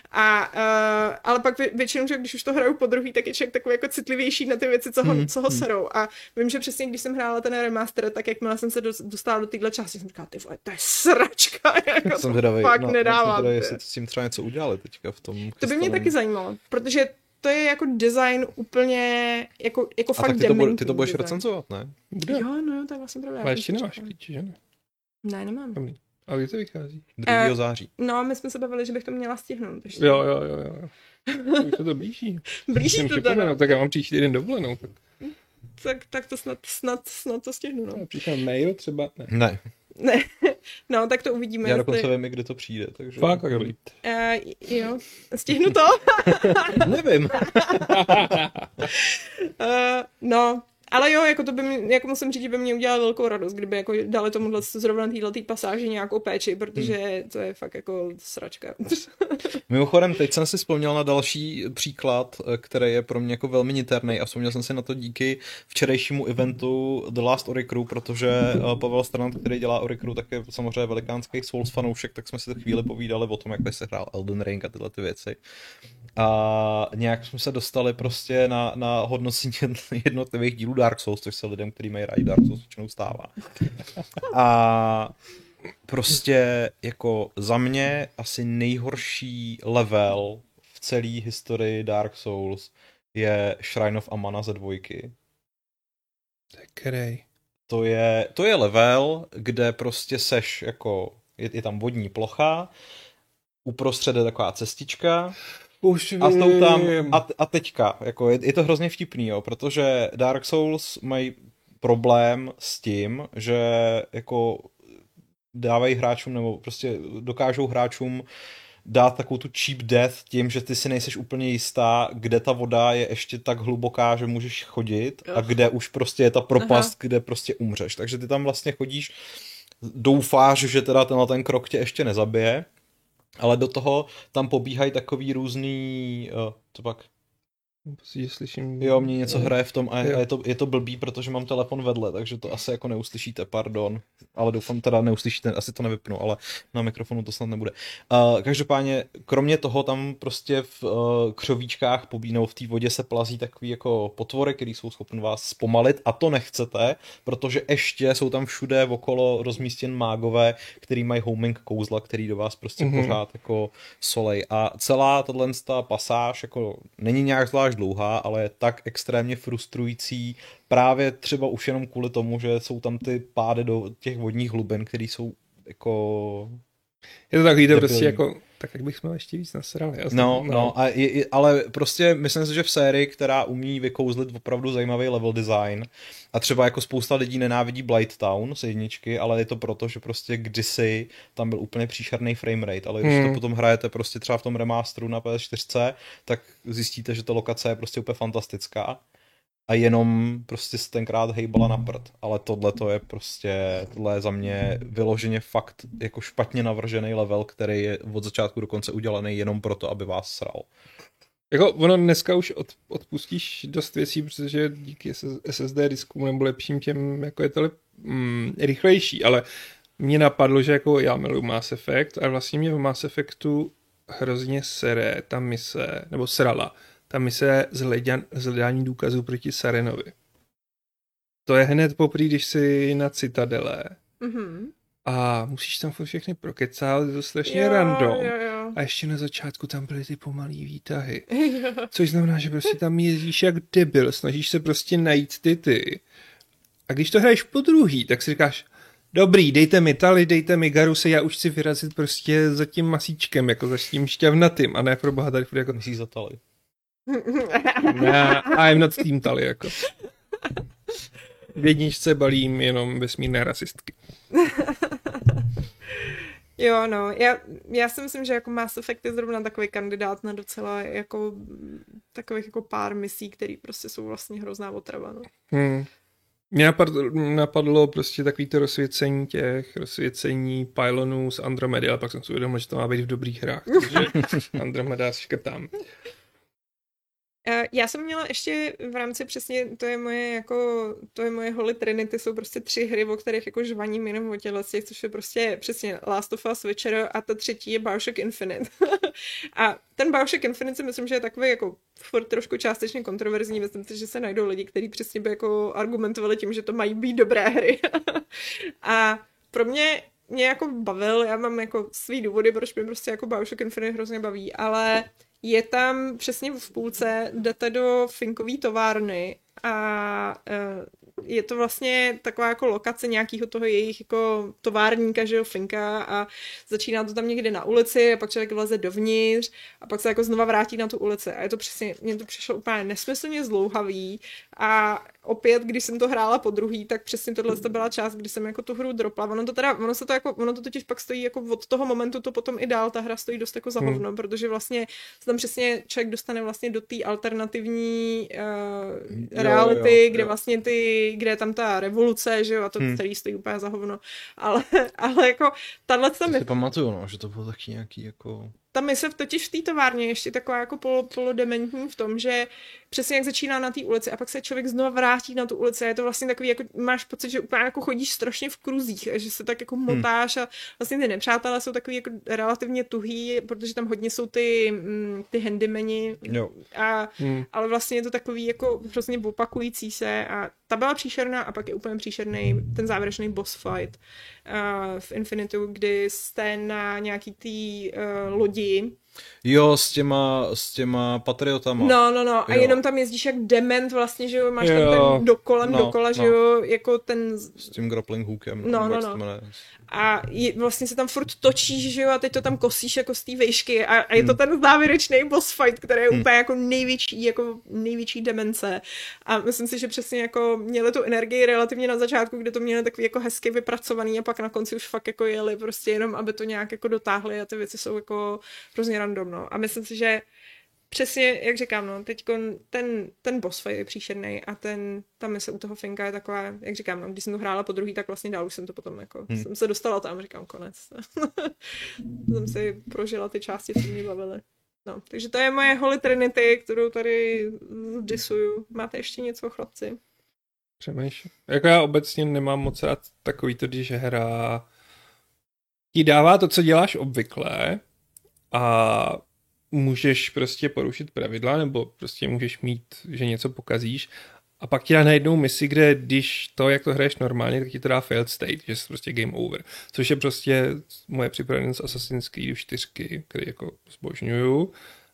A uh, ale pak vě, většinou, že když už to hraju po druhý, tak je člověk takový jako citlivější na ty věci, co ho, hmm. co ho serou. A vím, že přesně když jsem hrála ten remaster, tak jakmile jsem se dostala do téhle části, jsem říkala, ty vole, to je sračka, jako jsem to hvědavej, fakt no, nedávám. Teda, jestli s tím třeba něco udělali teďka v tom To by mě taky zajímalo, protože to je jako design úplně, jako, jako a fakt tak ty to, dementní ty to budeš design. recenzovat, ne? Kde? Jo, no, to je vlastně pravda. Ale ještě nemáš klíče, že ne? Ne, nemám. Dobrý. A kdy to vychází? druhého Uh, září. No, my jsme se bavili, že bych to měla stihnout. Ještě. Jo, jo, jo, jo. Už se to blíží. Blíží to teda. Tak já mám příští týden dovolenou. Tak, tak, tak to snad, snad, snad to stihnu, no. Přišel mail třeba? Ne. Ne. Ne, no, tak to uvidíme. Já dokonce vím, kdy to přijde, takže... Fakt, tak dobrý. Uh, jo, stihnu to? Nevím. uh, no, ale jo, jako to by mě, jako musím říct, že by mě udělalo velkou radost, kdyby jako dali tomuhle zrovna této pasáži nějakou péči, protože hmm. to je fakt jako sračka. Mimochodem, teď jsem si vzpomněl na další příklad, který je pro mě jako velmi niterný a vzpomněl jsem si na to díky včerejšímu eventu The Last Oricru, protože Pavel Stranat, který dělá Oricru, tak je samozřejmě velikánský Souls fanoušek, tak jsme si to chvíli povídali o tom, jak by se hrál Elden Ring a tyhle ty věci. A nějak jsme se dostali prostě na, na hodnocení jednotlivých dílů Dark Souls, což se lidem, kteří mají rádi Dark Souls, většinou stává. A prostě jako za mě asi nejhorší level v celé historii Dark Souls je Shrine of Amana ze dvojky. Který? To je, to je level, kde prostě seš jako, je, je tam vodní plocha, uprostřed je taková cestička, Už a jsou tam, a, a teďka, jako je, je to hrozně vtipný, jo, protože Dark Souls mají problém s tím, že jako dávají hráčům, nebo prostě dokážou hráčům dát takovou tu cheap death tím, že ty si nejseš úplně jistá, kde ta voda je ještě tak hluboká, že můžeš chodit a kde už prostě je ta propast, Aha. kde prostě umřeš. Takže ty tam vlastně chodíš, doufáš, že teda tenhle ten krok tě ještě nezabije, ale do toho tam pobíhají takový různý, uh, to pak... Prostě slyším... Jo, mě něco hraje v tom a je, a je, to, je to blbý, protože mám telefon vedle, takže to asi jako neuslyšíte, pardon. Ale doufám teda neuslyšíte, asi to nevypnu, ale na mikrofonu to snad nebude. Uh, každopádně, kromě toho tam prostě v uh, křovíčkách pobínou v té vodě se plazí takový jako potvory, který jsou schopni vás zpomalit a to nechcete, protože ještě jsou tam všude okolo rozmístěn mágové, který mají homing kouzla, který do vás prostě mm-hmm. pořád jako solej. A celá tato pasáž jako není nějak zvlášť dlouhá, ale je tak extrémně frustrující právě třeba už jenom kvůli tomu, že jsou tam ty pády do těch vodních hlubin, které jsou jako... Je to takový to prostě jako tak jak bychom ještě víc nasrali. No, no, no a je, ale prostě myslím si, že v sérii, která umí vykouzlit opravdu zajímavý level design a třeba jako spousta lidí nenávidí Blighttown z jedničky, ale je to proto, že prostě kdysi tam byl úplně příšerný framerate, ale když hmm. to potom hrajete prostě třeba v tom remasteru na P S čtyři, tak zjistíte, že ta lokace je prostě úplně fantastická. A jenom prostě tenkrát hejbala na prd. Ale tohle to je prostě, tohle je za mě vyloženě fakt jako špatně navržený level, který je od začátku do konce udělaný jenom proto, aby vás sral. Jako ono dneska už od, odpustíš dost věcí, protože díky S S D diskům nebo lepším těm, jako je to lep, mm, rychlejší, ale mně napadlo, že jako já miluji Mass Effect a vlastně mě v Mass Effectu hrozně sere ta mise, nebo srala, ta mise z hledání důkazů proti Sarenovi. To je hned poprvé, když jsi na Citadele mm-hmm. a musíš tam všechny prokecat, je to strašně jo, random. Jo, jo. A ještě na začátku tam byly ty pomalý výtahy. Jo. Což znamená, že prostě tam jezdíš jak debil, snažíš se prostě najít ty ty. A když to hraješ po druhý, tak si říkáš, dobrý, dejte mi Tali, dejte mi Garuse, já už chci vyrazit prostě za tím masíčkem, jako za tím šťavnatým, a ne pro boha tady jako... Myslíš za Tali. Ne, I'm not Team Tali, jako. V jedničce balím jenom vesmírné rasistky. Jo, no, já, já si myslím, že jako Mass Effect je zrovna takový kandidát na docela jako takových jako pár misí, které prostě jsou vlastně hrozná otrava, no. Hmm. Mě napadlo, napadlo prostě takový to rozsvěcení těch, rozsvěcení pylonů z Andromedy, ale pak jsem si uvědomil, že to má být v dobrých hrách, takže Andromeda škrtám. Já jsem měla ještě v rámci přesně, to je moje jako, to je moje Holy Trinity, jsou prostě tři hry, o kterých jako žvaním jenom o těchto, což je prostě přesně Last of Us, Witcher a ta třetí je BioShock Infinite. A ten BioShock Infinite si myslím, že je takový jako furt trošku částečně kontroverzní, myslím si, že se najdou lidi, kteří přesně by jako argumentovali tím, že to mají být dobré hry. A pro mě mě jako bavil, já mám jako svý důvody, proč mě prostě jako BioShock Infinite hrozně baví, ale je tam přesně v půlce, jdete do Finkový továrny a je to vlastně taková jako lokace nějakého toho jejich jako továrníka, že jo, Finka, a začíná to tam někde na ulici a pak člověk vleze dovnitř a pak se jako znova vrátí na tu ulici a je to přesně, mně to přišlo úplně nesmyslně zdlouhavý a opět, když jsem to hrála po druhý, tak přesně tohle to byla část, kdy jsem jako tu hru dropla. Ono to teda, ono se to jako, ono to totiž pak stojí jako od toho momentu to potom i dál, ta hra stojí dost jako za hovno, hmm. protože vlastně se tam přesně člověk dostane vlastně do té alternativní uh, reality, jo, jo, kde jo. vlastně ty, kde je tam ta revoluce, že jo, a to hmm. celý stojí úplně za hovno. Ale, ale jako tahle to mi... si pamatuju, no, že to bylo taky nějaký jako... Ta mise totiž v té továrně ještě taková jako polo, polodementní v tom, že přesně jak začíná na té ulici a pak se člověk znova vrátí na tu ulici a je to vlastně takový, jako máš pocit, že úplně jako chodíš strašně v kruzích a že se tak jako motáš a vlastně ty nepřátelé jsou takový jako relativně tuhý, protože tam hodně jsou ty, ty handymeni, a, hmm. ale vlastně je to takový jako hrozně opakující se a ta byla příšerná a pak je úplně příšerný ten závěrečný boss fight uh, v Infinitu, kdy jste na nějaký tý uh, lodi. Jo, s těma, s těma patriotama. No, no, no. A jo. Jenom tam jezdíš jak dement vlastně, že jo, máš jo. tam ten dokolem no, dokola, no. že jo, jako ten... S tím grappling hookem. No, no, no. A je, vlastně se tam furt točíš, že jo, a teď to tam kosíš jako z té vejšky a, a je to hmm. ten závěrečný boss fight, který je hmm. úplně jako největší, jako největší demence. A myslím si, že přesně jako měli tu energii relativně na začátku, kde to měli takový jako hezky vypracovaný a pak na konci už fakt jako jeli prostě jenom, aby to nějak jako dotáhli a ty věci jsou jako hrozně random, no. A myslím si, že přesně, jak říkám, no, teď ten, ten boss fight je příšerný a ten, ta mise u toho Finka je taková, jak říkám, no, když jsem to hrála po druhý, tak vlastně dál už jsem to potom jako, hmm. jsem se dostala tam, říkám, konec. jsem si prožila ty části, co mě bavily. No, takže to je moje Holy Trinity, kterou tady disuju. Máte ještě něco, chlapci? Přemýšlím. Jako já obecně nemám moc rád takový to, když hra ti dává to, co děláš obvykle a můžeš prostě porušit pravidla, nebo prostě můžeš mít, že něco pokazíš a pak ti dá najednou misi, kde když to, jak to hraješ normálně, tak ti to dá failed state, že jsi prostě game over. Což je prostě moje připravenost Assassin's Creed čtyři, který jako zbožňuju.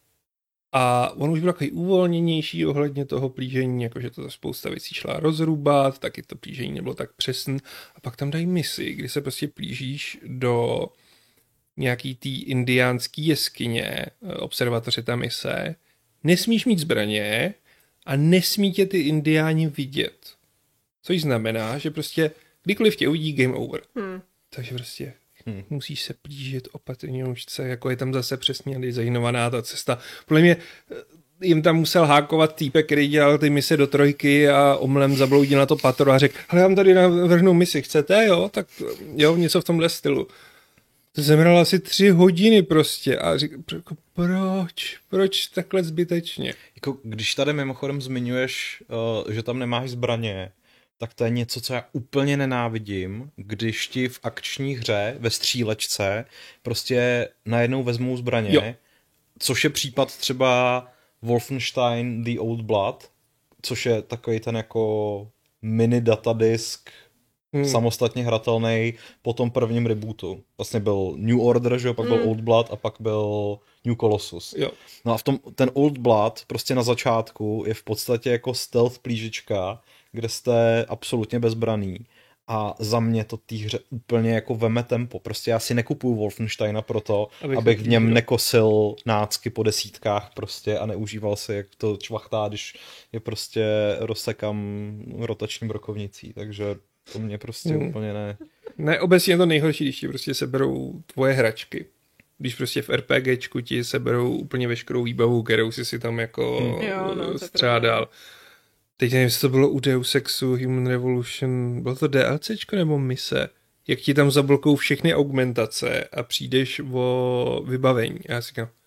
A on už byl takový uvolněnější ohledně toho plížení, jakože to spousta věcí šla rozrubat, taky to plížení nebylo tak přesný. A pak tam dají misi, kdy se prostě plížíš do nějaký tý indiánský jeskyně, observatoře ta mise, nesmíš mít zbraně a nesmí tě ty indiáni vidět. Což znamená, že prostě kdykoliv tě uvidí, game over. Hmm. Takže prostě hmm. musíš se plížit opatrně užce, jako je tam zase přesně designovaná ta cesta. Podle mě jim tam musel hákovat týpek, který dělal ty mise do trojky a omylem zabloudil na to patro a řekl, hele, já vám tady navrhnu misi, chcete, jo? Tak jo, něco v tomhle stylu. To zemřelo asi tři hodiny prostě a říkal, proč? Proč takhle zbytečně? Jako, když tady mimochodem zmiňuješ, uh, že tam nemáš zbraně, tak to je něco, co já úplně nenávidím, když ti v akční hře, ve střílečce, prostě najednou vezmou zbraně, jo. Což je případ třeba Wolfenstein The Old Blood, což je takový ten jako mini datadisk, hmm. samostatně hratelný po tom prvním rebootu. Vlastně byl New Order, že jo, pak hmm. byl Old Blood a pak byl New Colossus. Jo. No a v tom, ten Old Blood prostě na začátku je v podstatě jako stealth plížička, kde jste absolutně bezbraný. A za mě to té hře úplně jako veme tempo. Prostě já si nekupuju Wolfensteina proto, abych, abych v něm nekosil nácky po desítkách prostě a neužíval si, jak to čvachtá, když je prostě rozsekám rotační brokovnicí. Takže to mě prostě hmm. úplně ne... Ne, obecně je to nejhorší, když ti prostě seberou tvoje hračky. Když prostě v RPGčku ti seberou úplně veškerou výbavu, kterou jsi si tam jako hmm. jo, no, střádal. Teď nevím, jestli to bylo u Deus Exu, Human Revolution, bylo to DLCčko nebo mise? Jak ti tam zablokou všechny augmentace a přijdeš o vybavení. A já si říkám,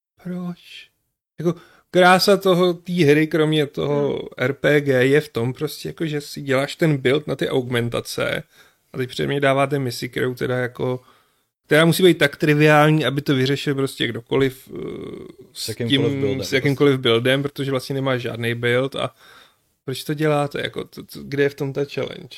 proč? Jako krása toho, té hry, kromě toho hmm. R P G, je v tom prostě, jako, že si děláš ten build na ty augmentace a teď před mě dáváte misi, kterou teda jako, která musí být tak triviální, aby to vyřešil prostě kdokoliv s, s jakýmkoliv tím, buildem, s jakýmkoliv buildem, protože vlastně nemáš žádný build a proč to děláte? Jako, to, to, kde je v tom ta challenge?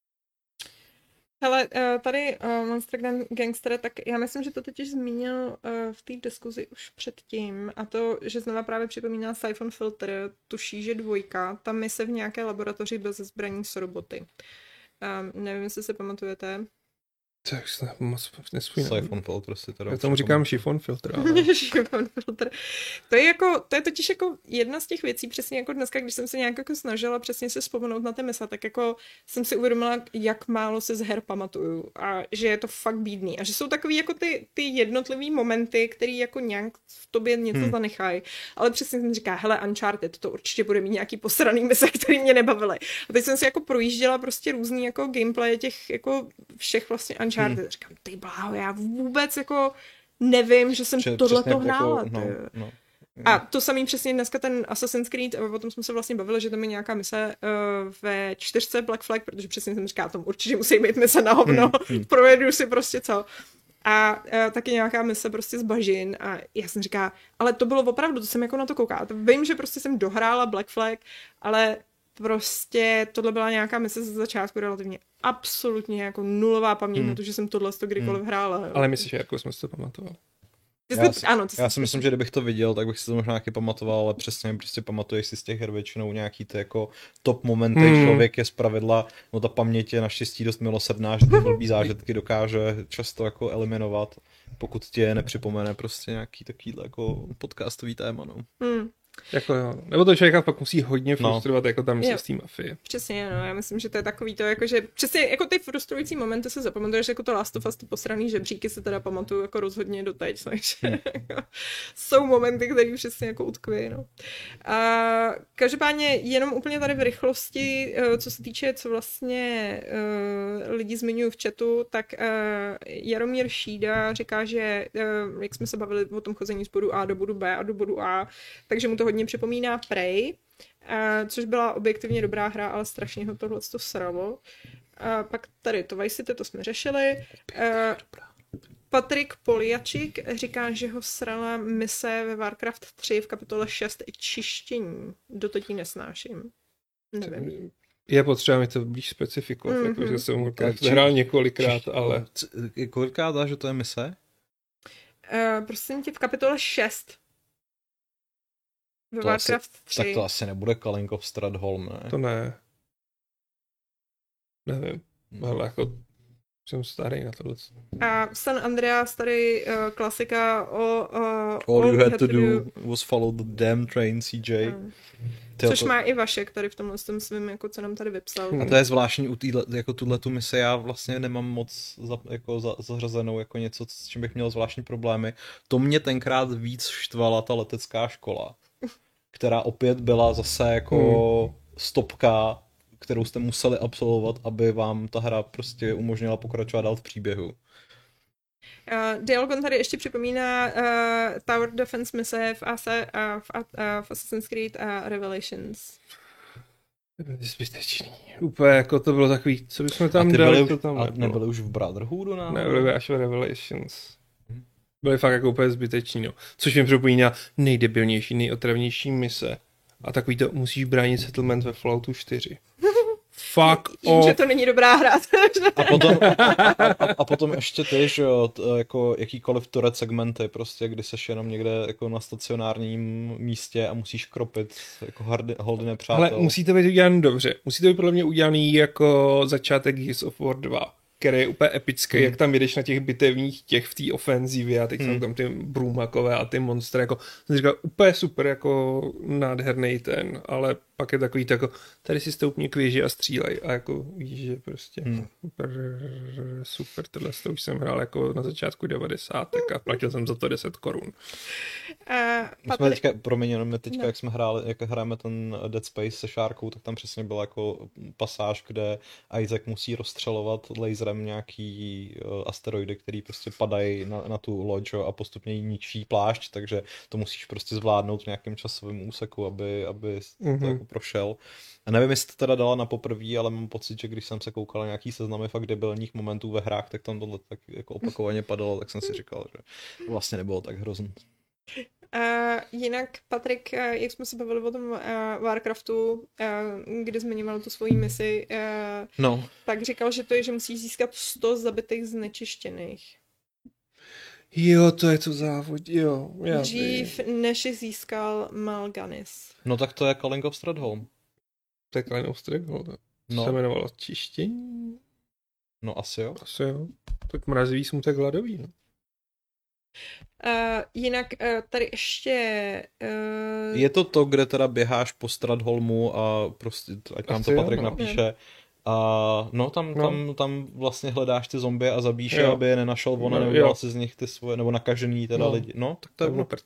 Hele, tady uh, Monster Gangster, tak já myslím, že to totiž zmínil uh, v té diskuzi už předtím a to, že znova právě připomíná Siphon Filter, tuší, že dvojka, tam mise v nějaké laboratoři bez zbraní s roboty. Um, nevím, jestli se pamatujete. Tak se moc nespomínám. Siphon filter si teda. Já tomu říkám chiffon filter. Chiffon filter. To je jako, to je totiž jako jedna z těch věcí, přesně jako dneska, když jsem se nějak jako snažila přesně se vzpomenout na ty mise, tak jako jsem si uvědomila, jak málo se z her pamatuju a že je to fakt bídný a že jsou takový jako ty, ty jednotlivý momenty, které jako nějak v tobě něco hmm. zanechají, ale přesně jsem říká, hele, Uncharted, to určitě bude mít nějaký posraný mise, který mě nebavily. A teď jsem si jako projížděla prostě různý jako gameplay těch jako všech vlastně Uncharted. Hmm. Říkám, ty bláho, já vůbec jako nevím, že jsem tohleto hrála. Jako, no, no. A to samý přesně dneska ten Assassin's Creed, o tom jsme se vlastně bavili, že tam je nějaká mise uh, ve čtyřce Black Flag, protože přesně jsem říkala, tam určitě musí být mise na hovno, hmm. projedu si prostě co. A uh, taky nějaká mise prostě z bažin a já jsem říkala, ale to bylo opravdu, to jsem jako na to koukala. Vím, že prostě jsem dohrála Black Flag, ale prostě tohle byla nějaká mise ze začátku relativně absolutně jako nulová paměť hmm. na to, že jsem tohle to kdykoliv hmm. hrála. Jo. Ale myslíš, že jako jsme si to pamatovali? Já, si, ano, já si myslím, že kdybych to viděl, tak bych si to možná nějaký pamatoval, ale přesně prostě pamatuješ si z těch her většinou nějaký ty jako top momenty, hmm. člověk je zpravidla, no ta paměť je naštěstí dost milosrdná, že ty blbý zážitky dokáže často jako eliminovat, pokud ti nepřipomene prostě nějaký takovýhle jako podcastový téma, no. Hmm. Jako jo. Nebo to člověka pak musí hodně frustrovat, no. Jako tam se s té mafie. Přesně, no, já myslím, že to je takový to, jako že přesně jako ty frustrující momenty se zapamatuješ, jako to Last of Us, ty posraný žebříky se teda pamatuju jako rozhodně doteď, takže hmm. jsou momenty, které přesně jako utkví, no. A každopádně jenom úplně tady v rychlosti, co se týče, co vlastně uh, lidi zmiňují v chatu, tak uh, Jaromír Šída říká, že uh, jak jsme se bavili o tom chození z bodu A do bodu B a do bodu A, takže mu to hodně připomíná Prey, uh, což byla objektivně dobrá hra, ale strašně ho tohle to sralo. Uh, pak tady to Vice City, to jsme řešili. Uh, Patrik Poliačik říká, že ho srala mise ve Warcraft tři v kapitole šest čištění. Doteď ji nesnáším. Nevím. Je potřeba mi to blíž specifikovat, mm-hmm. jako, že jsem ho hrál několikrát, ale... Kolikrát dá, že to je mise? Uh, prosím tě, v kapitole šest. Ve to Warcraft asi, tři. Tak to asi nebude Kalinkov Stradholm, ne? To ne. Nevím. No. Ale jako Jsem starý na tohle. A San Andreas tady uh, klasika o... Uh, all, all you had to do, do was follow the damn train, C J. Uh. Což má i Vašek tady v tomhle tom svým, jako co nám tady vypsal. A to je zvláštní u týhle, jako tuhletu mise, já vlastně nemám moc za, jako za, zařazenou jako něco, s čím bych měl zvláštní problémy. To mě tenkrát víc štvala ta letecká škola, která opět byla zase jako hmm. stopka, kterou jste museli absolvovat, aby vám ta hra prostě umožnila pokračovat dál v příběhu. Uh, Dialgon tady ještě připomíná uh, Tower Defense mise v, Ase, uh, v, uh, v Assassin's Creed a Revelations. Zbytečný. Úplně jako to bylo takový, co bychom tam a dali, byli, to tam a nebyli už v Brotherhoodu? Na... Nebyli až v Revelations. Byly fakt jako úplně zbyteční, no. Což mi připomíná nejdebilnější, nejotravnější mise. A takový to musíš bránit settlement ve Falloutu čtyři. Fuck off. Že to není dobrá hra. a, potom, a, a, a potom ještě ty, že jo, t, jako jakýkoliv turret segmenty, prostě, kdy seš jenom někde jako na stacionárním místě a musíš kropit jako hardy, holdy nepřátel. Ale musí to být udělaný dobře. Musí to být podle mě udělaný jako začátek Gears of War dva, který je úplně epický, hmm. jak tam jedeš na těch bitevních těch v té ofenzivě a teď hmm. jsou tam ty brůmakové a ty monstry, jako jsem říkal, úplně super, jako nádherný ten, ale pak je takový jako, tady si stoupni k věži a střílej a jako víš, že prostě hmm. super, super, tohle to už jsem hrál jako na začátku devadesátek a platil jsem za to deset korun. Uh, my jsme teďka, promiň, jenom my teďka, no. jak jsme hráli, jak hrajeme ten Dead Space se šárkou, tak tam přesně byla jako pasáž, kde Isaac musí rozstřelovat laserem nějaký uh, asteroidy, který prostě padají na, na tu loď a postupně jí ničí plášť, takže to musíš prostě zvládnout v nějakém časovém úseku, aby, aby mm-hmm. to jako prošel. A nevím, jestli to teda dala na poprví, ale mám pocit, že když jsem se koukal na nějaký seznamy fakt debilních momentů ve hrách, tak tam tohle tak jako opakovaně padalo, tak jsem si říkal, že vlastně nebylo tak hrozný. Uh, jinak, Patrik, uh, jak jsme se bavili o tom uh, Warcraftu, uh, kde zmiňoval tu svoji misi, uh, no. tak říkal, že to je, že musí získat sto zabitých znečištěných. Jo, to je to závod, jo. Já Dřív, vím. než získal Mal'Ganis. No tak to je Calling of Stradholm. To je Calling of Stradholm, no. se jmenovalo čištění? No asi jo. Asi jo. Tak mrazivý smutek hladový, no. Uh, jinak uh, tady ještě... Uh... Je to to, kde teda běháš po Stradholmu a prostě, ať nám to Patrik jo, no. napíše. A no tam, no. tam, tam vlastně hledáš ty zombie a zabíš je, aby je nenašel on a no, neudělal si z nich ty svoje, nebo nakažený teda no. lidi. No, tak to je ono.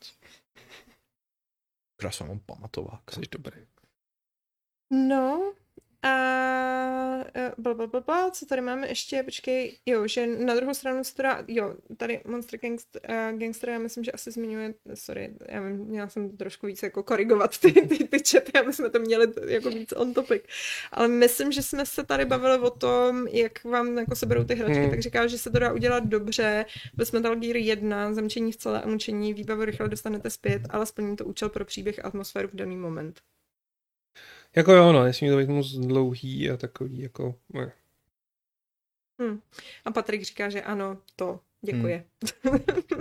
Já jsem mám pamatovák. Jsi dobrý. No, a blablabla, co tady máme ještě, počkej, jo, že na druhou stranu se teda, jo, tady Monster Gangster, uh, Gangster, já myslím, že asi zmiňuje, sorry, já vím, měla jsem trošku víc jako korigovat ty, ty, ty chaty, aby jsme to měli jako víc on topic, ale myslím, že jsme se tady bavili o tom, jak vám jako seberou ty hračky, hmm. tak říkal, že se to dá udělat dobře, bez Metal Gear jedna, zamčení v celé a mučení, výbavu rychle dostanete zpět, ale splní to účel pro příběh a atmosféru v daný moment. Jako jo, no, nesmí to být moc dlouhý a takový, jako... Ne. Hmm. A Patrik říká, že ano, to děkuje. Hmm.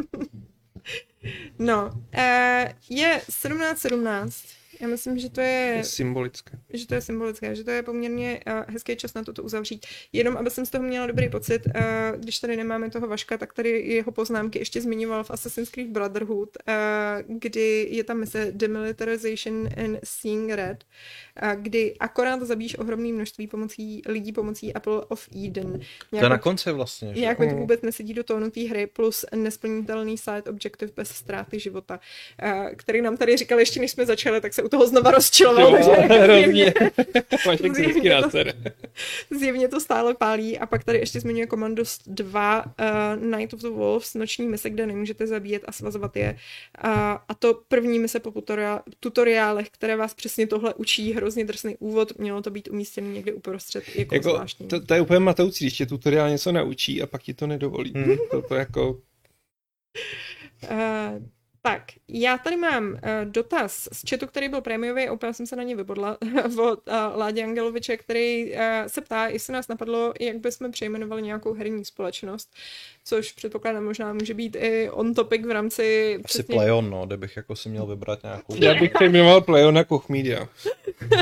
No, eh, je sedmnáct sedmnáct. Já myslím, že to je... je symbolické. Že to je symbolické, že to je poměrně uh, hezký čas na toto uzavřít. Jenom, aby jsem z toho měla dobrý pocit, uh, když tady nemáme toho Vaška, tak tady jeho poznámky ještě zmiňoval v Assassin's Creed Brotherhood, uh, kdy je tam mise Demilitarization and Seeing Red, uh, kdy akorát zabíš ohromné množství pomocí lidí pomocí Apple of Eden. Nějak to je na konci vlastně. Nějak mi to vůbec nesedí do tónu té hry, plus nesplnitelný side objective bez ztráty života, uh, který nám tady říkal ještě, než jsme začali, tak se toho znova rozčiloval, takže zjevně, zjevně, to, zjevně to stále pálí. A pak tady ještě zmiňuje Commandos dva, uh, Night of the Wolves, noční mise, kde nemůžete zabíjet a svazovat je. Uh, a to první mise po tutoriálech, které vás přesně tohle učí, hrozně drsný úvod, mělo to být umístěný někde uprostřed, jako, jako zvláštní. To, to je úplně matoucí, když tě tutoriál něco naučí a pak ti to nedovolí. Hmm. To, to jako... Uh, Tak, já tady mám uh, dotaz z chatu, který byl prémiový a úplně jsem se na ně vybodla od uh, Ládě Angeloviče, který uh, se ptá, jestli nás napadlo, jak bychom přejmenovali nějakou herní společnost, což předpokládám možná může být i on topic v rámci... Asi přesně... Playon, no, kdybych jako si měl vybrat nějakou... Já bych přejmenoval Playon na Koch Media.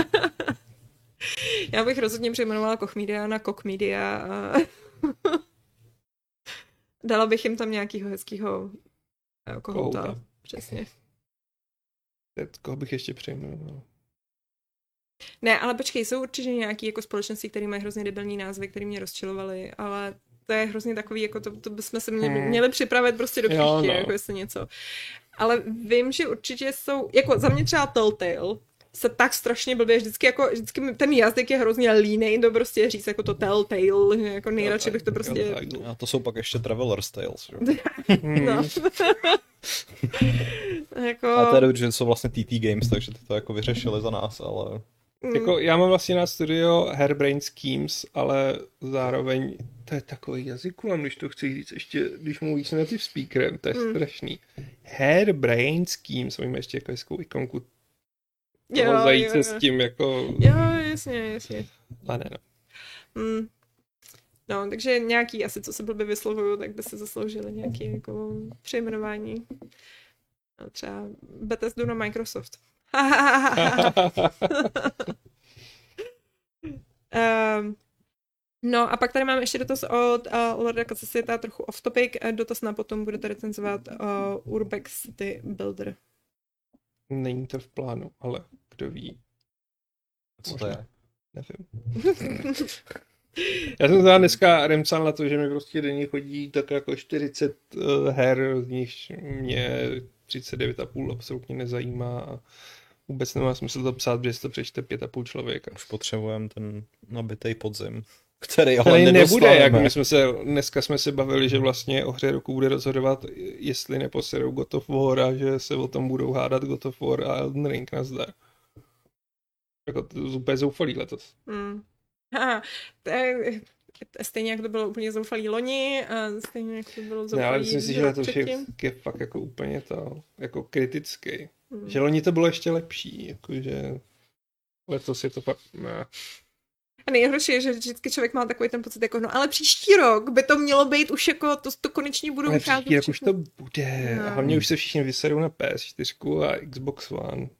Já bych rozhodně přejmenovala Koch Media na Koch Media a... Dala bych jim tam nějakýho hezkýho kohouta. Kohouta. Přesně. Teď, koho bych ještě přejmenoval? Ne, ale počkej, jsou určitě nějaký jako společnosti, které mají hrozně debilní názvy, které mě rozčilovaly, ale to je hrozně takový, jako to, to bychom se mě, hmm. měli připravit prostě do příště, Jo, no. jako jestli něco. Ale vím, že určitě jsou, jako za mě třeba Telltale se tak strašně blbě, vždycky jako, vždycky ten jazyk je hrozně línej, to prostě říct jako to Telltale, jako nejradši bych to prostě... A to jsou pak ještě Traveler's Tales, jo? No. jako... A to je dobře, že jsou vlastně T T Games, takže ty to jako vyřešili za nás, ale... Mm. Jako, já mám vlastně na studio Hairbrain Schemes, ale zároveň to je takový jazykulem, když to chci říct ještě, když mluvíš native speakerem, to je mm. strašný. Hairbrain Schemes, máme ještě jako hezkou ikonku toho jo, zajíce jo, s jo. tím jako... Jo, jasně, jasně. A ne, no. Mm. No, takže nějaký asi, co se blbě vyslovuju, tak by se zasloužili nějaké jako přejmenování. No, třeba Bethesdu na Microsoft. um, no a pak tady mám ještě dotaz od uh, Lorda Kacesita, trochu off topic. Dotaz na potom budete recenzovat uh, Urbex City Builder. Není to v plánu, ale kdo ví. Co to je? Nevím. Já jsem teda dneska remcal na to, že mi prostě denně chodí tak jako čtyřicet uh, her, z nich mě třicet devět a půl absolutně nezajímá a vůbec nemá smysl to psát, protože si to přečte pět a půl člověka. Už potřebujeme ten nabitej podzim, který ale Tady nebude, nedostaneme. jako my jsme se, dneska jsme se bavili, že vlastně o hře roku bude rozhodovat, jestli neposerou God of War a že se o tom budou hádat God of War a Elden Ring nazdar. Jako to je úplně zoufalý letos. Hmm. Aha, to je, stejně jak to bylo úplně zoufalý loni a stejně jak to bylo zoufalý. Ne, ale myslím si, že letos je, předtím. je fakt jako úplně to, jako kritický. Hmm. Že loni to bylo ještě lepší, jakože letos je to fakt, ne. A nejhorší je, že vždycky člověk má takový ten pocit, jako no ale příští rok by to mělo být už jako, to, to konečně budou Ale vycházet. příští rok už všechno. to bude. No. A hlavně už se všichni vyserou na P S čtyři a Xbox One.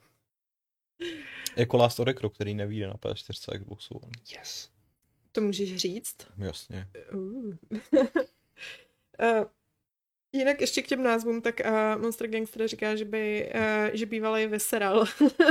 Jako Last Order, který nevíde na P S čtyři a Xboxu One. Yes. To můžeš říct. Jasně. Uh. uh, jinak ještě k těm názvům, tak uh, Monster Gangster říká, že by, uh, že bývalý vyseral.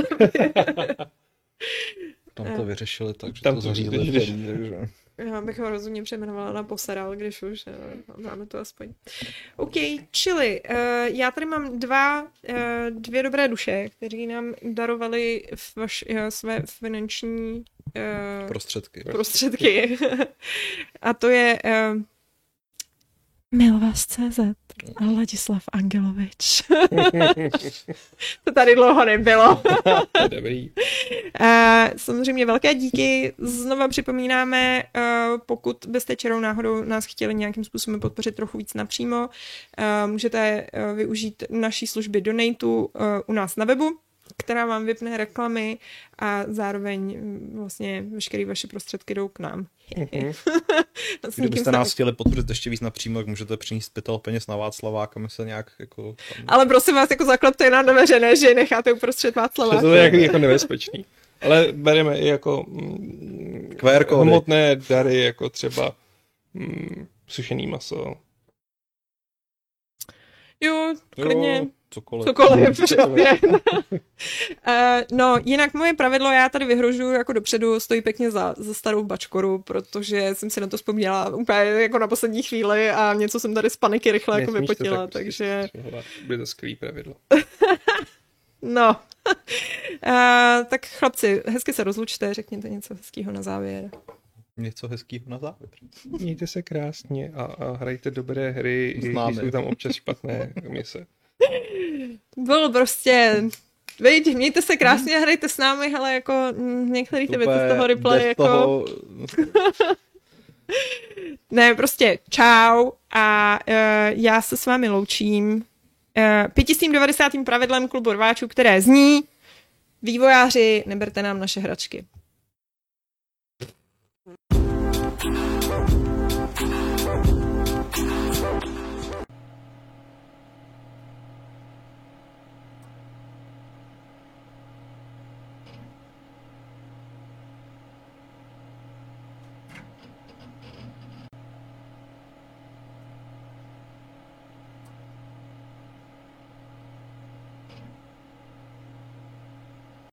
Tam to vyřešili tak, že Tam to to zařídili v vyřešili. peníze, že? Já bych ho rozumně přejmenovala na poseral, když už, uh, máme to aspoň. OK, čili uh, já tady mám dva, uh, dvě dobré duše, kteří nám darovali vaš, uh, své finanční uh, Prostředky. prostředky. A to je uh, Milvas tečka cé zet a Ladislav Angelovič. To tady dlouho nebylo. Dobrý. Uh, samozřejmě velké díky. Znova připomínáme, uh, pokud byste čarou náhodou nás chtěli nějakým způsobem podpořit trochu víc napřímo, uh, můžete uh, využít naší služby Donatu uh, u nás na webu, která vám vypne reklamy a zároveň vlastně veškeré vaše prostředky jdou k nám. Kdybyste nás chtěli podpořit ještě víc napřímo, tak můžete přinést pytel peněz na Václavák a my se nějak jako... Tam... Ale prosím vás, jako zaklepte na dveře, ne, že necháte uprostřed Václava. To je jako, jako nebezpečný. Ale bereme i jako mm, Q R kódy. hmotné dary, jako třeba mm, sušený maso. Jo, klidně. Jo, cokoliv. Cokoliv, přesně. uh, no, jinak moje pravidlo, já tady vyhrožuji jako dopředu, stojí pěkně za, za starou bačkoru, protože jsem si na to vzpomněla úplně jako na poslední chvíli a něco jsem tady z paniky rychle jako Nesmíš to vypotila, tak takže... Bude to skvělý pravidlo. No. uh, tak chlapci, hezky se rozlučte, řekněte něco hezkýho na závěr. Něco hezkýho na závěr. Mějte se krásně a, a hrajte dobré hry, i Známe. když jsou tam občas špatné mise. Bylo prostě... Víte, mějte se krásně a hrajte s námi, ale jako některé ty věci z toho replay jako... Toho... Ne, prostě čau a uh, já se s vámi loučím uh, pětisty devadesátým pravidlem klubu rváčů, které zní: vývojáři, neberte nám naše hračky.